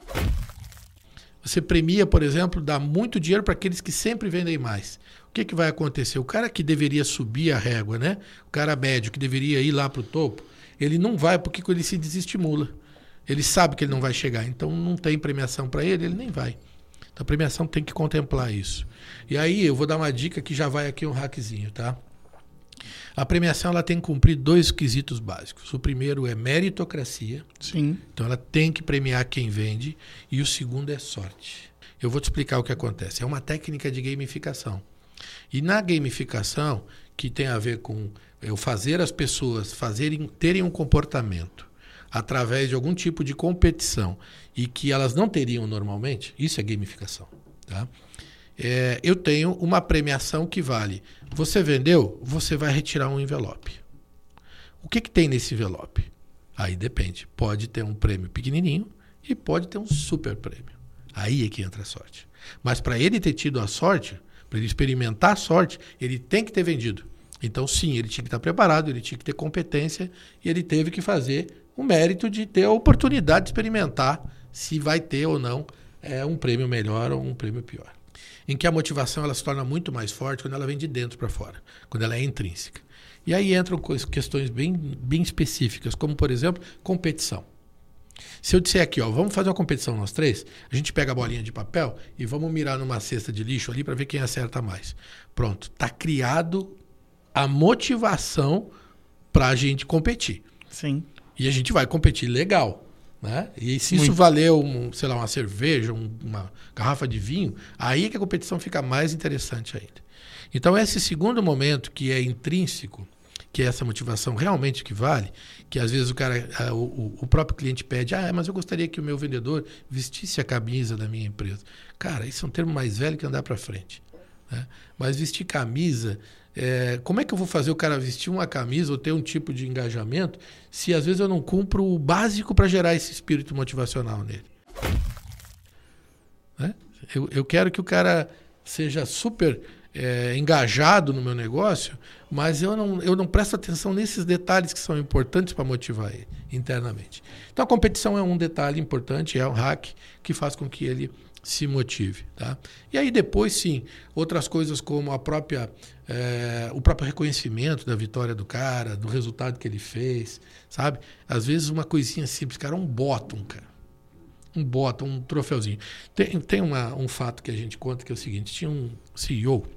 Você premia, por exemplo, dá muito dinheiro para aqueles que sempre vendem mais. O que, que vai acontecer? O cara que deveria subir a régua, né? O cara médio que deveria ir lá para o topo, ele não vai porque ele se desestimula. Ele sabe que ele não vai chegar, então não tem premiação para ele, ele nem vai. Então a premiação tem que contemplar isso. E aí eu vou dar uma dica que já vai aqui um hackzinho, tá? A premiação ela tem que cumprir dois quesitos básicos. O primeiro é meritocracia. Sim. Então ela tem que premiar quem vende. E o segundo é sorte. Eu vou te explicar o que acontece. É uma técnica de gamificação. E na gamificação, que tem a ver com eu fazer as pessoas fazerem, terem um comportamento através de algum tipo de competição e que elas não teriam normalmente, isso é gamificação. Tá? É, eu tenho uma premiação que vale. Você vendeu, você vai retirar um envelope. O que, que tem nesse envelope? Aí depende. Pode ter um prêmio pequenininho e pode ter um super prêmio. Aí é que entra a sorte. Mas para ele ter tido a sorte, para ele experimentar a sorte, ele tem que ter vendido. Então, sim, ele tinha que estar preparado, ele tinha que ter competência e ele teve que fazer o mérito de ter a oportunidade de experimentar se vai ter ou não é, um prêmio melhor ou um prêmio pior. Em que a motivação ela se torna muito mais forte quando ela vem de dentro para fora, quando ela é intrínseca. E aí entram questões bem, bem específicas, como, por exemplo, competição. Se eu disser aqui, ó, vamos fazer uma competição nós três, a gente pega a bolinha de papel e vamos mirar numa cesta de lixo ali para ver quem acerta mais. Pronto, está criado a motivação para a gente competir. Sim. E a gente vai competir legal. Né? E se isso Muito. valeu, um, sei lá, uma cerveja, um, uma garrafa de vinho, aí é que a competição fica mais interessante ainda. Então, esse segundo momento, que é intrínseco, que é essa motivação realmente que vale, que às vezes o cara, o, o próprio cliente pede, ah, mas eu gostaria que o meu vendedor vestisse a camisa da minha empresa. Cara, isso é um termo mais velho que andar para frente. Né? Mas vestir camisa... É, como é que eu vou fazer o cara vestir uma camisa ou ter um tipo de engajamento se às vezes eu não cumpro o básico para gerar esse espírito motivacional nele? Né? Eu, eu quero que o cara seja super é, engajado no meu negócio, mas eu não, eu não presto atenção nesses detalhes que são importantes para motivar ele internamente. Então a competição é um detalhe importante, é um hack que faz com que ele se motive. Tá? E aí depois, sim, outras coisas como a própria, é, o próprio reconhecimento da vitória do cara, do resultado que ele fez, sabe? Às vezes uma coisinha simples, cara, um bottom, cara. Um bottom, um troféuzinho. Tem, tem uma, um fato que a gente conta que é o seguinte, tinha um C E O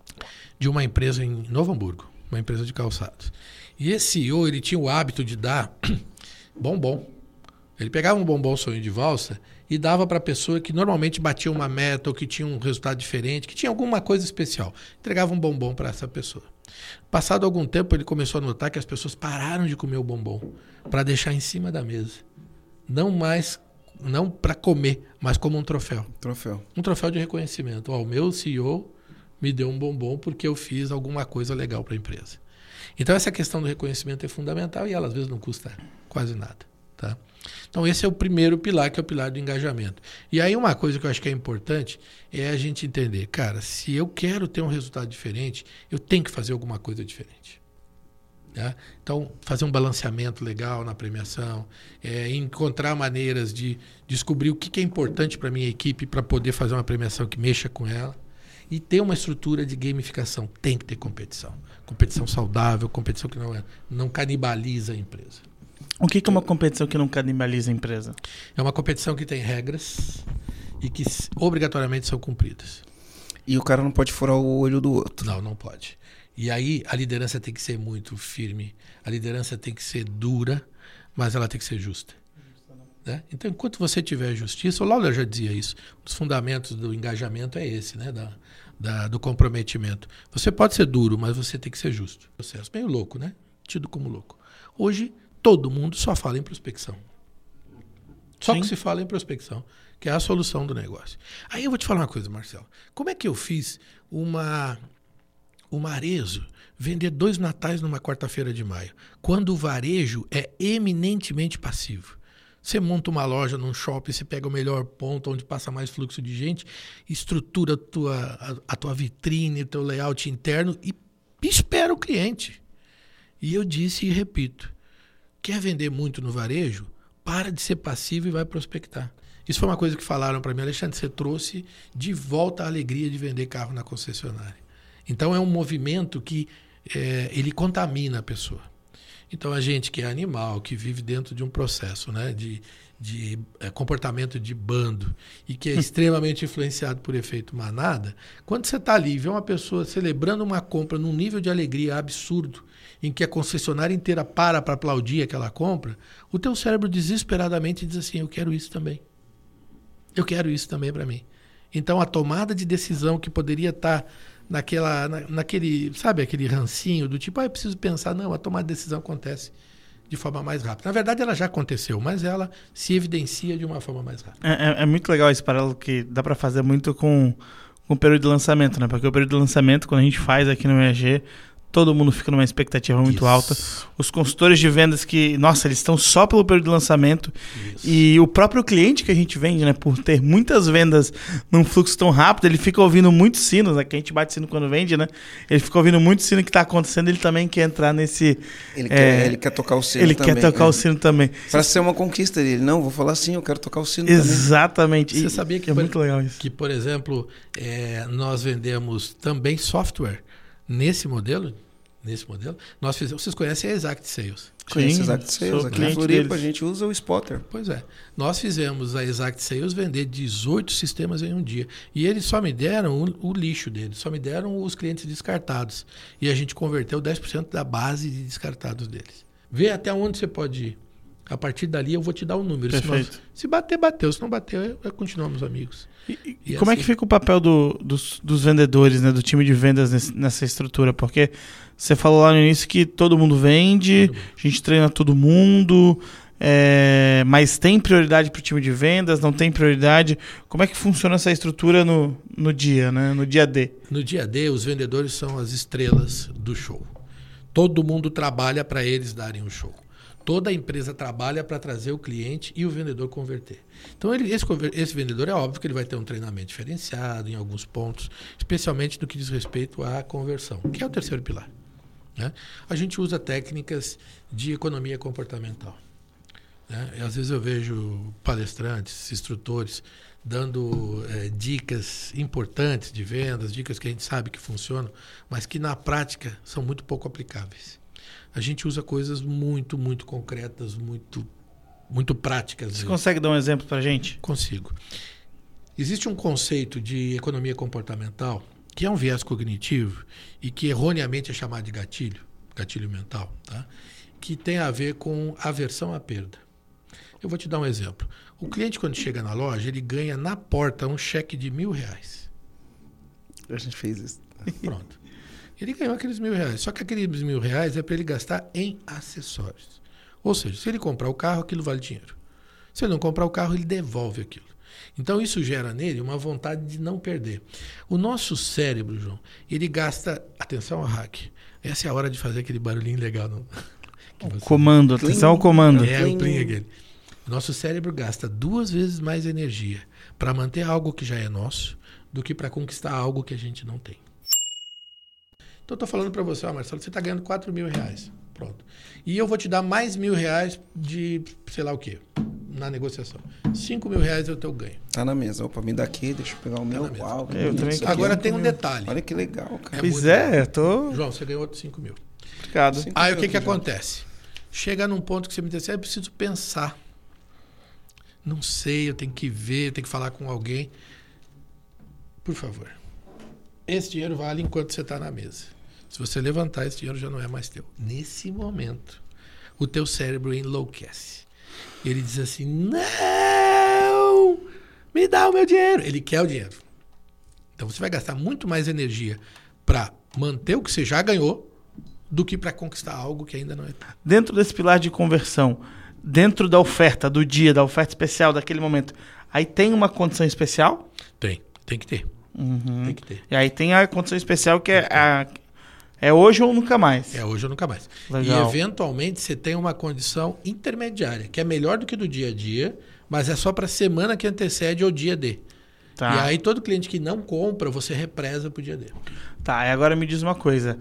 de uma empresa em Novo Hamburgo, uma empresa de calçados. E esse C E O, ele tinha o hábito de dar bombom. Ele pegava um bombom sonho de valsa e dava para a pessoa que normalmente batia uma meta ou que tinha um resultado diferente, que tinha alguma coisa especial. Entregava um bombom para essa pessoa. Passado algum tempo, ele começou a notar que as pessoas pararam de comer o bombom para deixar em cima da mesa. Não mais, não para comer, mas como um troféu. Troféu. Um troféu de reconhecimento. Ó, o meu C E O me deu um bombom porque eu fiz alguma coisa legal para a empresa. Então, essa questão do reconhecimento é fundamental e ela, às vezes, não custa quase nada. Tá? Então esse é o primeiro pilar, que é o pilar do engajamento. E aí uma coisa que eu acho que é importante é a gente entender, cara, se eu quero ter um resultado diferente, eu tenho que fazer alguma coisa diferente. Tá? Então fazer um balanceamento legal na premiação, é, encontrar maneiras de descobrir o que é importante para a minha equipe para poder fazer uma premiação que mexa com ela e ter uma estrutura de gamificação. Tem que ter competição. Competição saudável, competição que não, é, não canibaliza a empresa. O que é uma competição que não canibaliza a empresa? É uma competição que tem regras e que obrigatoriamente são cumpridas. E o cara não pode furar o olho do outro. Não, não pode. E aí a liderança tem que ser muito firme, a liderança tem que ser dura, mas ela tem que ser justa. Né? Então, enquanto você tiver justiça, o Lawler já dizia isso, um dos fundamentos do engajamento é esse, né? da, da, do comprometimento. Você pode ser duro, mas você tem que ser justo. Processo meio louco, né? Tido como louco. Hoje, todo mundo só fala em prospecção. Só Sim. que se fala em prospecção, que é a solução do negócio. Aí eu vou te falar uma coisa, Marcelo. Como é que eu fiz uma, o Marezo vender dois natais numa quarta-feira de maio, quando o varejo é eminentemente passivo. Você monta uma loja num shopping, você pega o melhor ponto, onde passa mais fluxo de gente, estrutura a tua, a, a tua vitrine, o teu layout interno e espera o cliente. E eu disse e repito, quer vender muito no varejo? Para de ser passivo e vai prospectar. Isso foi uma coisa que falaram para mim, Alexandre, você trouxe de volta a alegria de vender carro na concessionária. Então é um movimento que é, ele contamina a pessoa. Então a gente que é animal, que vive dentro de um processo, né, de, de é, comportamento de bando e que é extremamente influenciado por efeito manada, quando você está ali e vê uma pessoa celebrando uma compra num nível de alegria absurdo, em que a concessionária inteira para para aplaudir aquela compra, o teu cérebro desesperadamente diz assim, eu quero isso também. Eu quero isso também para mim. Então a tomada de decisão que poderia estar... Tá naquela, na, naquele, sabe, aquele rancinho do tipo, ah, eu preciso pensar. Não, a tomada de decisão acontece de forma mais rápida. Na verdade, ela já aconteceu, mas ela se evidencia de uma forma mais rápida. É, é, é muito legal esse paralelo que dá para fazer muito com, com o período de lançamento, né? Porque o período de lançamento, quando a gente faz aqui no E A G, todo mundo fica numa expectativa muito Isso. alta. Os consultores de vendas que, nossa, eles estão só pelo período de lançamento. Isso. E o próprio cliente que a gente vende, né, por ter muitas vendas num fluxo tão rápido, ele fica ouvindo muitos sinos, né, que a gente bate sino quando vende, né? Ele fica ouvindo muito sino que está acontecendo, ele também quer entrar nesse... Ele, é, quer, ele quer tocar o sino ele também. Ele quer tocar é. o sino também. Para ser uma conquista dele. Não, vou falar assim, eu quero tocar o sino Exatamente. também. Você sabia que, é por, muito legal isso. que, por exemplo, é, nós vendemos também software nesse modelo? Nesse modelo, nós fizemos. Vocês conhecem a Exact Sales? Conhece a Exact Sales. Aqui em Floripa a gente usa o Spotter. Pois é. Nós fizemos a Exact Sales vender dezoito sistemas em um dia. E eles só me deram o, o lixo deles, só me deram os clientes descartados. E a gente converteu dez por cento da base de descartados deles. Vê até onde você pode ir. A partir dali eu vou te dar um número. Se, nós, se bater, bateu. Se não bater, continuamos amigos. E, e, e como assim, é que fica o papel do, dos, dos vendedores, né, do time de vendas nesse, nessa estrutura? Porque você falou lá no início que todo mundo vende, todo mundo. A gente treina todo mundo, é, mas tem prioridade para o time de vendas, não tem prioridade? Como é que funciona essa estrutura no, no dia, né, no dia D? No dia D, os vendedores são as estrelas do show. Todo mundo trabalha para eles darem o show. Toda a empresa trabalha para trazer o cliente e o vendedor converter. Então, ele, esse, esse vendedor é óbvio que ele vai ter um treinamento diferenciado em alguns pontos, especialmente no que diz respeito à conversão, que é o terceiro pilar. Né? A gente usa técnicas de economia comportamental. Né? E, às vezes eu vejo palestrantes, instrutores, dando é, dicas importantes de vendas, dicas que a gente sabe que funcionam, mas que na prática são muito pouco aplicáveis. A gente usa coisas muito, muito concretas, muito, muito práticas. Você consegue dar um exemplo para a gente? Consigo. Existe um conceito de economia comportamental que é um viés cognitivo e que erroneamente é chamado de gatilho, gatilho mental, tá? Que tem a ver com aversão à perda. Eu vou te dar um exemplo. O cliente, quando chega na loja, ele ganha na porta um cheque de mil reais. A gente fez isso. Pronto. Ele ganhou aqueles mil reais. Só que aqueles mil reais é para ele gastar em acessórios. Ou seja, se ele comprar o carro, aquilo vale dinheiro. Se ele não comprar o carro, ele devolve aquilo. Então, isso gera nele uma vontade de não perder. O nosso cérebro, João, ele gasta... Atenção ao hack. Essa é a hora de fazer aquele barulhinho legal. Não? Você... Comando. Atenção ao comando. É, o plim aquele. O nosso cérebro gasta duas vezes mais energia para manter algo que já é nosso do que para conquistar algo que a gente não tem. Então, eu estou falando para você, ó, Marcelo, você está ganhando quatro mil reais. Pronto. E eu vou te dar mais mil reais de, sei lá o quê, na negociação. Cinco mil reais é o teu ganho. Tá na mesa. Opa, me dá aqui, deixa eu pegar o meu. Tá Uau, eu também Agora tem um detalhe. Olha que legal, cara. Pois é, eu tô... João, você ganhou outros cinco mil. Obrigado. Aí o que que acontece? Chega num ponto que você me diz assim, ah, eu preciso pensar. Não sei, eu tenho que ver, eu tenho que falar com alguém. Por favor. Esse dinheiro vale enquanto você está na mesa. Se você levantar, esse dinheiro já não é mais teu. Nesse momento, o teu cérebro enlouquece. Ele diz assim, não! Me dá o meu dinheiro. Ele quer o dinheiro. Então, você vai gastar muito mais energia para manter o que você já ganhou do que para conquistar algo que ainda não é teu. Dentro desse pilar de conversão, dentro da oferta, do dia, da oferta especial, daquele momento, aí tem uma condição especial? Tem. Tem que ter. Uhum. Tem que ter. E aí tem a condição especial que é a, É hoje ou nunca mais? É hoje ou nunca mais. Legal. E eventualmente você tem uma condição intermediária, que é melhor do que do dia a dia, mas é só para a semana que antecede ao dia D. Tá. E aí todo cliente que não compra, você represa para o dia D. Tá, e agora me diz uma coisa.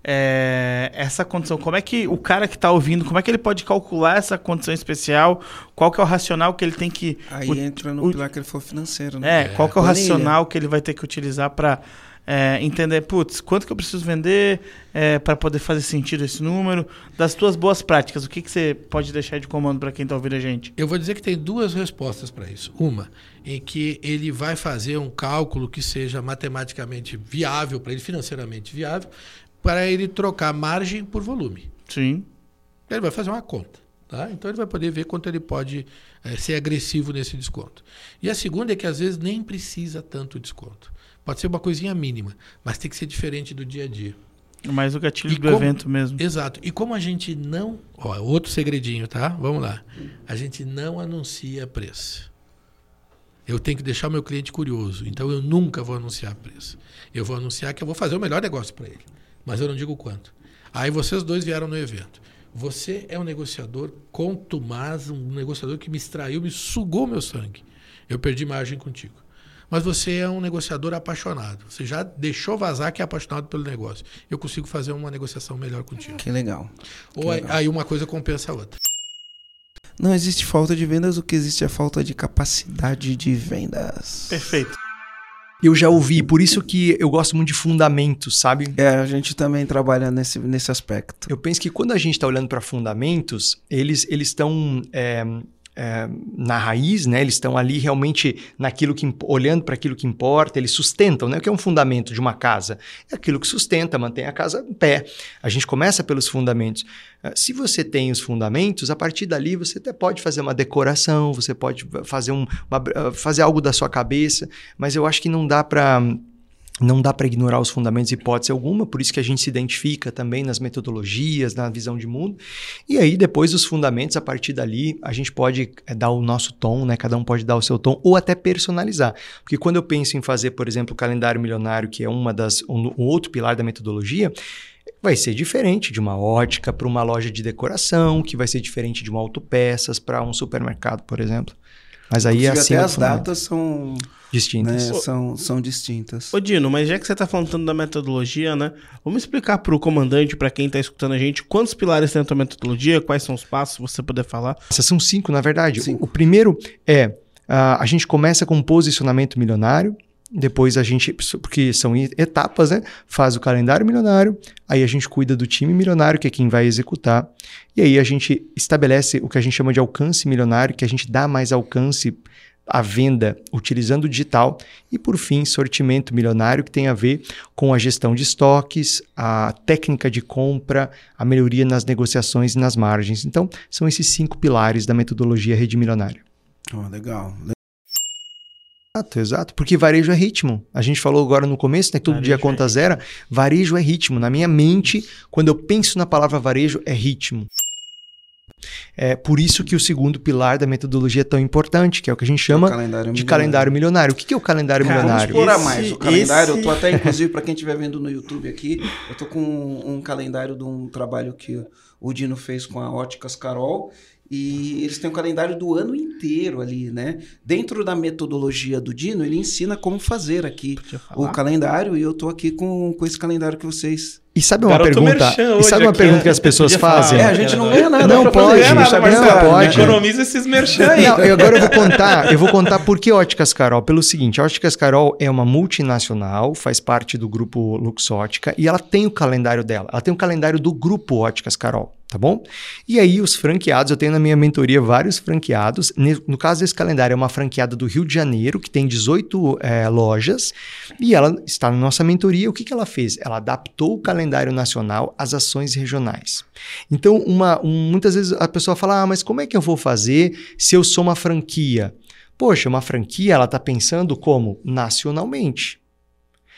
É, essa condição, como é que o cara que está ouvindo, como é que ele pode calcular essa condição especial? Qual que é o racional que ele tem que... Aí o, entra no o, pilar que ele for financeiro, né? É, qual que é o Planilha. racional que ele vai ter que utilizar para é, entender, putz, quanto que eu preciso vender é, para poder fazer sentido esse número? Das tuas boas práticas, o que, que você pode deixar de comando para quem está ouvindo a gente? Eu vou dizer que tem duas respostas para isso. Uma, em que ele vai fazer um cálculo que seja matematicamente viável para ele, financeiramente viável, para ele trocar margem por volume. Sim. Ele vai fazer uma conta. Tá? Então ele vai poder ver quanto ele pode é, ser agressivo nesse desconto. E a segunda é que às vezes nem precisa tanto desconto. Pode ser uma coisinha mínima, mas tem que ser diferente do dia a dia. Mais o gatilho E do como- evento mesmo. Exato. E como a gente não... Ó, outro segredinho, tá? Vamos lá. A gente não anuncia preço. Eu tenho que deixar o meu cliente curioso. Então eu nunca vou anunciar preço. Eu vou anunciar que eu vou fazer o melhor negócio para ele. Mas eu não digo quanto. Aí vocês dois vieram no evento. Você é um negociador contumaz, um negociador que me extraiu, me sugou meu sangue. Eu perdi margem contigo. Mas você é um negociador apaixonado. Você já deixou vazar que é apaixonado pelo negócio. Eu consigo fazer uma negociação melhor contigo. Que legal. Ou aí, aí uma coisa compensa a outra. Não existe falta de vendas, o que existe é falta de capacidade de vendas. Perfeito. Eu já ouvi, por isso que eu gosto muito de fundamentos, sabe? É, a gente também trabalha nesse, nesse aspecto. Eu penso que quando a gente está olhando para fundamentos, eles eles estão é, é, na raiz, né? Eles estão ali realmente naquilo que imp- olhando para aquilo que importa, eles sustentam, né? O que é um fundamento de uma casa? É aquilo que sustenta, mantém a casa em pé. A gente começa pelos fundamentos. Ah, Se você tem os fundamentos, a partir dali você até pode fazer uma decoração, você pode fazer, um, uma- ah, fazer algo da sua cabeça, mas eu acho que não dá para não dá para ignorar os fundamentos em hipótese alguma, por isso que a gente se identifica também nas metodologias, na visão de mundo. E aí, depois dos fundamentos, a partir dali, a gente pode eh, dar o nosso tom, né? Cada um pode dar o seu tom, ou até personalizar. Porque quando eu penso em fazer, por exemplo, o calendário milionário, que é uma das, um, um outro pilar da metodologia, vai ser diferente de uma ótica para uma loja de decoração, que vai ser diferente de uma autopeças para um supermercado, por exemplo. Mas aí é Inclusive, assim até as datas são, distintas. né, são, são distintas. Ô Dino, mas já que você está falando tanto da metodologia, né? Vamos explicar para o comandante, para quem está escutando a gente, quantos pilares tem a tua metodologia, quais são os passos, se você puder falar. Essas são cinco, na verdade. Cinco. O, o primeiro é, ah, a gente começa com um posicionamento milionário, depois a gente, porque são e- etapas, né? Faz o calendário milionário, aí a gente cuida do time milionário, que é quem vai executar, e aí a gente estabelece o que a gente chama de alcance milionário, que a gente dá mais alcance à venda utilizando o digital, e por fim, sortimento milionário, que tem a ver com a gestão de estoques, a técnica de compra, a melhoria nas negociações e nas margens. Então, são esses cinco pilares da metodologia Rede Milionária. Oh, legal. Exato, exato. Porque varejo é ritmo. A gente falou agora no começo, né? Que todo Varejo dia é conta zero. Varejo é ritmo. Na minha mente, quando eu penso na palavra varejo, é ritmo. É por isso que o segundo pilar da metodologia é tão importante, que é o que a gente chama calendário de milionário. calendário milionário. O que que é o calendário Cara, Vamos milionário? explorar Esse- mais o calendário. esse- Eu tô até, inclusive, para quem estiver vendo no YouTube aqui, eu tô com um, um calendário de um trabalho que o Dino fez com a Óticas Carol. E eles têm um calendário do ano inteiro ali, né? Dentro da metodologia do Dino, ele ensina como fazer aqui Podia o falar. calendário. E eu tô aqui com, com esse calendário que vocês... E sabe uma Garoto pergunta? merchan E hoje sabe uma aqui, pergunta né? que as pessoas Podia falar. fazem? É, a gente não ganha nada. Não pra pode, fazer gente, isso, não Marcelo. pode. Economiza esses merchan aí. Não, eu agora eu vou contar, eu vou contar por que Óticas Carol. Pelo seguinte, a Óticas Carol é uma multinacional, faz parte do grupo Luxótica e ela tem o calendário dela. Ela tem o calendário do grupo Óticas Carol, tá bom? E aí os franqueados, eu tenho na minha mentoria vários franqueados. Ne- No caso desse calendário é uma franqueada do Rio de Janeiro, que tem dezoito eh, lojas, e ela está na nossa mentoria. O que, que ela fez? Ela adaptou o calendário nacional às ações regionais. Então, uma, um- muitas vezes a pessoa fala, ah, mas como é que eu vou fazer se eu sou uma franquia? Poxa, uma franquia, ela está pensando como? Nacionalmente.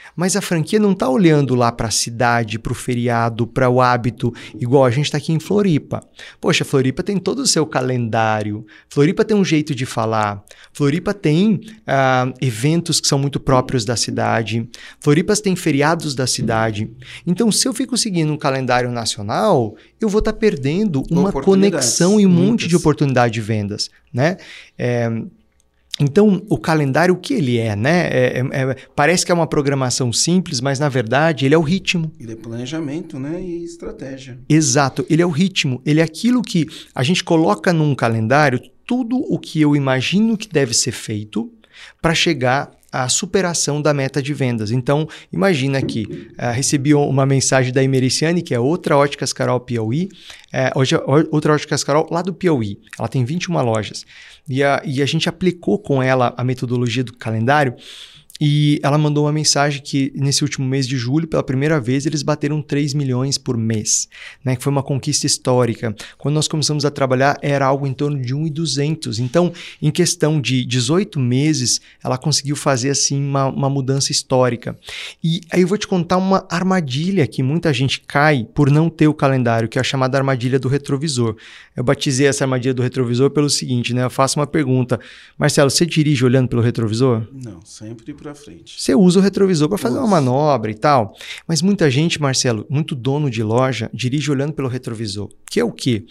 Mas a franquia não está olhando lá para a cidade, para o feriado, para o hábito, igual a gente está aqui em Floripa. Poxa, Floripa tem todo o seu calendário, Floripa tem um jeito de falar, Floripa tem uh, eventos que são muito próprios da cidade, Floripa tem feriados da cidade. Então, se eu fico seguindo um calendário nacional, eu vou estar tá perdendo uma conexão e um muitas. monte de oportunidade de vendas, né? É, Então, o calendário, o que ele é, né? É, é, é, parece que é uma programação simples, mas, na verdade, ele é o ritmo. Ele é planejamento, né? E estratégia. Exato. Ele é o ritmo. Ele é aquilo que a gente coloca num calendário tudo o que eu imagino que deve ser feito para chegar à superação da meta de vendas. Então, imagina que uh, recebi uma mensagem da Emericiane, que é outra Óticas Carol Piauí, uh, hoje, outra Óticas Carol lá do Piauí. Ela tem vinte e uma lojas. E a, e a gente aplicou com ela a metodologia do calendário e ela mandou uma mensagem que nesse último mês de julho, pela primeira vez, eles bateram três milhões por mês, né? Que foi uma conquista histórica. Quando nós começamos a trabalhar, era algo em torno de um milhão e duzentos. Então, em questão de dezoito meses, ela conseguiu fazer assim uma, uma mudança histórica. E aí eu vou te contar uma armadilha que muita gente cai por não ter o calendário, que é a chamada armadilha do retrovisor. Eu batizei essa armadilha do retrovisor pelo seguinte, né? Eu faço uma pergunta. Marcelo, você dirige olhando pelo retrovisor? Não, sempre para frente. Você usa o retrovisor para fazer uma manobra e tal. Mas muita gente, Marcelo, muito dono de loja, dirige olhando pelo retrovisor. Que é o quê?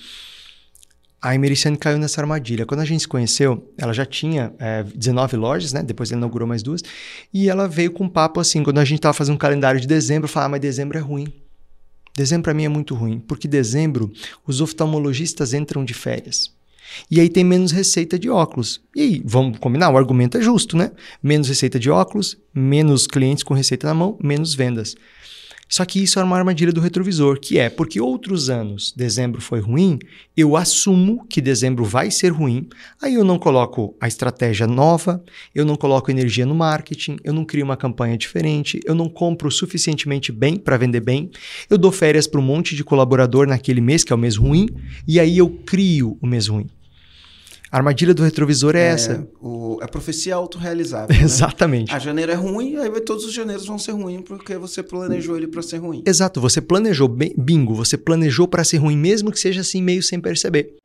A Emericiane caiu nessa armadilha. Quando a gente se conheceu, ela já tinha é, dezenove lojas, né? Depois ela inaugurou mais duas. E ela veio com um papo assim, quando a gente estava fazendo um calendário de dezembro, eu falava, ah, mas dezembro é ruim. Dezembro para mim é muito ruim, porque dezembro os oftalmologistas entram de férias. E aí tem menos receita de óculos. E aí, vamos combinar, o argumento é justo, né? Menos receita de óculos, menos clientes com receita na mão, menos vendas. Só que isso é uma armadilha do retrovisor, que é porque outros anos dezembro foi ruim, eu assumo que dezembro vai ser ruim, aí eu não coloco a estratégia nova, eu não coloco energia no marketing, eu não crio uma campanha diferente, eu não compro suficientemente bem para vender bem, eu dou férias para um monte de colaborador naquele mês, que é o mês ruim, e aí eu crio o mês ruim. A armadilha do retrovisor é, é essa. O, a profecia autorrealizável. Exatamente. Né? A janeiro é ruim, aí todos os janeiros vão ser ruins porque você planejou ele para ser ruim. Exato, você planejou, bingo, você planejou para ser ruim, mesmo que seja assim meio sem perceber.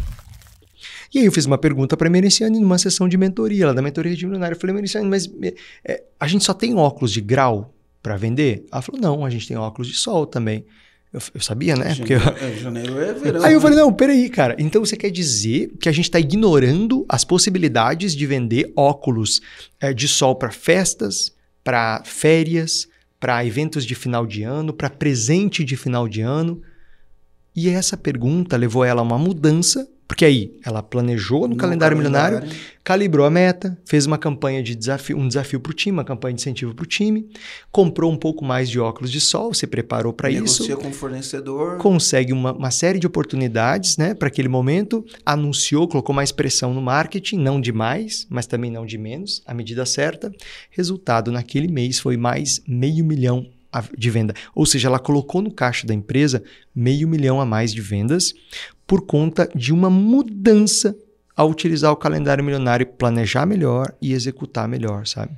E aí eu fiz uma pergunta para a Emericiane numa sessão de mentoria, lá da mentoria de milionário. Eu falei, Emericiane, mas é, a gente só tem óculos de grau para vender? Ela falou, não, a gente tem óculos de sol também. Eu, eu sabia, né? Janeiro, Porque eu... é, janeiro é verão. Aí eu falei, não, peraí, cara. Então você quer dizer que a gente está ignorando as possibilidades de vender óculos é, de sol para festas, para férias, para eventos de final de ano, para presente de final de ano? E essa pergunta levou ela a uma mudança, porque aí ela planejou no, no calendário, calendário milionário, calibrou a meta, fez uma campanha de desafio, um desafio para o time, uma campanha de incentivo para o time, comprou um pouco mais de óculos de sol, se preparou para isso. Negocia com o fornecedor. Consegue uma, uma série de oportunidades, né, para aquele momento, anunciou, colocou mais pressão no marketing, não de mais, mas também não de menos, a medida certa. Resultado, naquele mês foi mais meio milhão de venda. Ou seja, ela colocou no caixa da empresa meio milhão a mais de vendas por conta de uma mudança ao utilizar o calendário milionário, planejar melhor e executar melhor, sabe?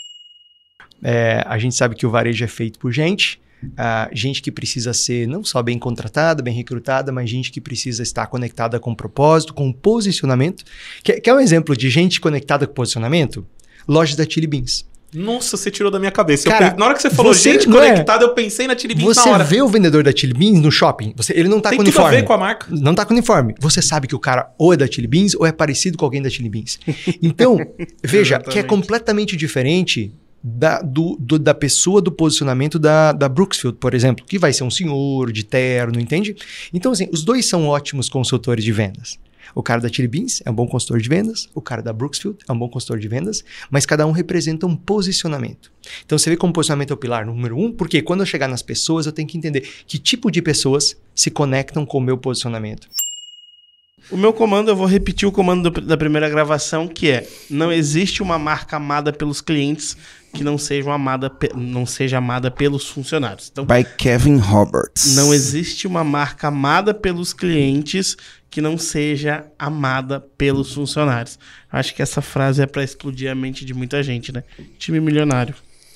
É, a gente sabe que o varejo é feito por gente, uh, gente que precisa ser não só bem contratada, bem recrutada, mas gente que precisa estar conectada com propósito, com posicionamento. Quer, quer um exemplo de gente conectada com posicionamento? Lojas da Chili Beans. Nossa, você tirou da minha cabeça. Cara, eu, na hora que você falou você, gente conectada, é? eu pensei na Chili Beans você na hora. Você vê o vendedor da Chili Beans no shopping, você, ele não tá Tem com tudo uniforme. a ver com a marca. Não tá com uniforme. Você sabe que o cara ou é da Chili Beans ou é parecido com alguém da Chili Beans. Então, veja, que é completamente diferente da, do, do, da pessoa do posicionamento da, da Brooksfield, por exemplo, que vai ser um senhor de terno, entende? Então, assim, os dois são ótimos consultores de vendas. O cara da Chili Beans é um bom consultor de vendas, o cara da Brooksfield é um bom consultor de vendas, mas cada um representa um posicionamento. Então você vê como posicionamento é o pilar número um, porque quando eu chegar nas pessoas eu tenho que entender que tipo de pessoas se conectam com o meu posicionamento. O meu comando, eu vou repetir o comando do, da primeira gravação, que é: não existe uma marca amada pelos clientes que não seja amada, não seja amada pelos funcionários. Então, by Kevin Roberts. Não existe uma marca amada pelos clientes que não seja amada pelos funcionários. Acho que essa frase é para explodir a mente de muita gente, né? Time milionário.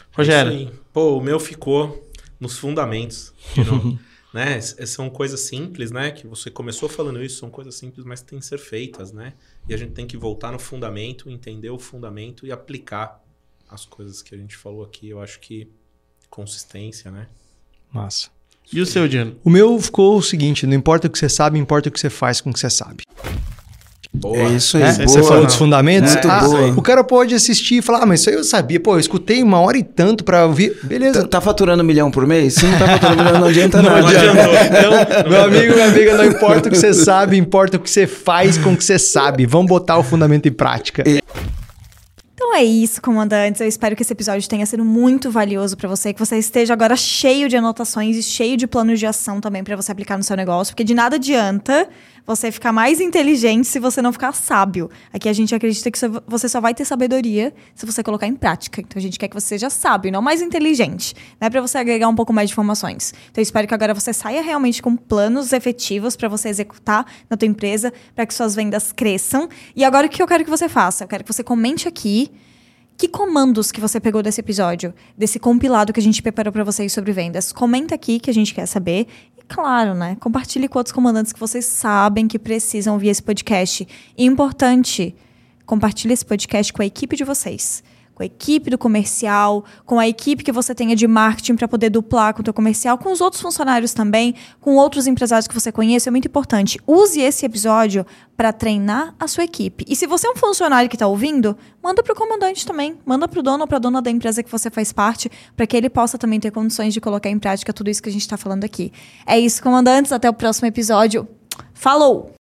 Rogério. Isso aí. Pô, o meu ficou nos fundamentos. de novo, né? S- São coisas simples, né? Que você começou falando isso, são coisas simples, mas têm que ser feitas, né? E a gente tem que voltar no fundamento, entender o fundamento e aplicar as coisas que a gente falou aqui. Eu acho que consistência, né? Massa. E o seu, Diano? O meu ficou o seguinte: não importa o que você sabe, importa o que você faz com o que você sabe. Boa. É isso aí. É? boa. Você falou dos fundamentos? Muito Ah, boa. o cara pode assistir e falar, ah, mas isso aí eu sabia. Pô, eu escutei uma hora e tanto pra ouvir. Beleza. Tá, tá faturando um milhão por mês? Se não tá faturando um milhão, não adianta Não nada. adiantou. Então, meu amigo, minha amiga, não importa o que você sabe, importa o que você faz com o que você sabe. Vamos botar o fundamento em prática. Então é isso, comandantes. Eu espero que esse episódio tenha sido muito valioso para você, que você esteja agora cheio de anotações e cheio de planos de ação também para você aplicar no seu negócio, porque de nada adianta você ficar mais inteligente se você não ficar sábio. Aqui a gente acredita que você só vai ter sabedoria se você colocar em prática. Então a gente quer que você seja sábio, não mais inteligente, né? Para você agregar um pouco mais de informações. Então eu espero que agora você saia realmente com planos efetivos para você executar na tua empresa, para que suas vendas cresçam. E agora o que eu quero que você faça? Eu quero que você comente aqui que comandos que você pegou desse episódio, desse compilado que a gente preparou para vocês sobre vendas. Comenta aqui que a gente quer saber. E claro, né? Compartilhe com outros comandantes que vocês sabem que precisam ouvir esse podcast. E importante, compartilhe esse podcast com a equipe de vocês. Com a equipe do comercial, com a equipe que você tenha de marketing para poder duplar com o teu comercial, com os outros funcionários também, com outros empresários que você conheça. É muito importante. Use esse episódio para treinar a sua equipe. E se você é um funcionário que está ouvindo, manda para o comandante também. Manda para o dono ou para a dona da empresa que você faz parte, para que ele possa também ter condições de colocar em prática tudo isso que a gente está falando aqui. É isso, comandantes. Até o próximo episódio. Falou!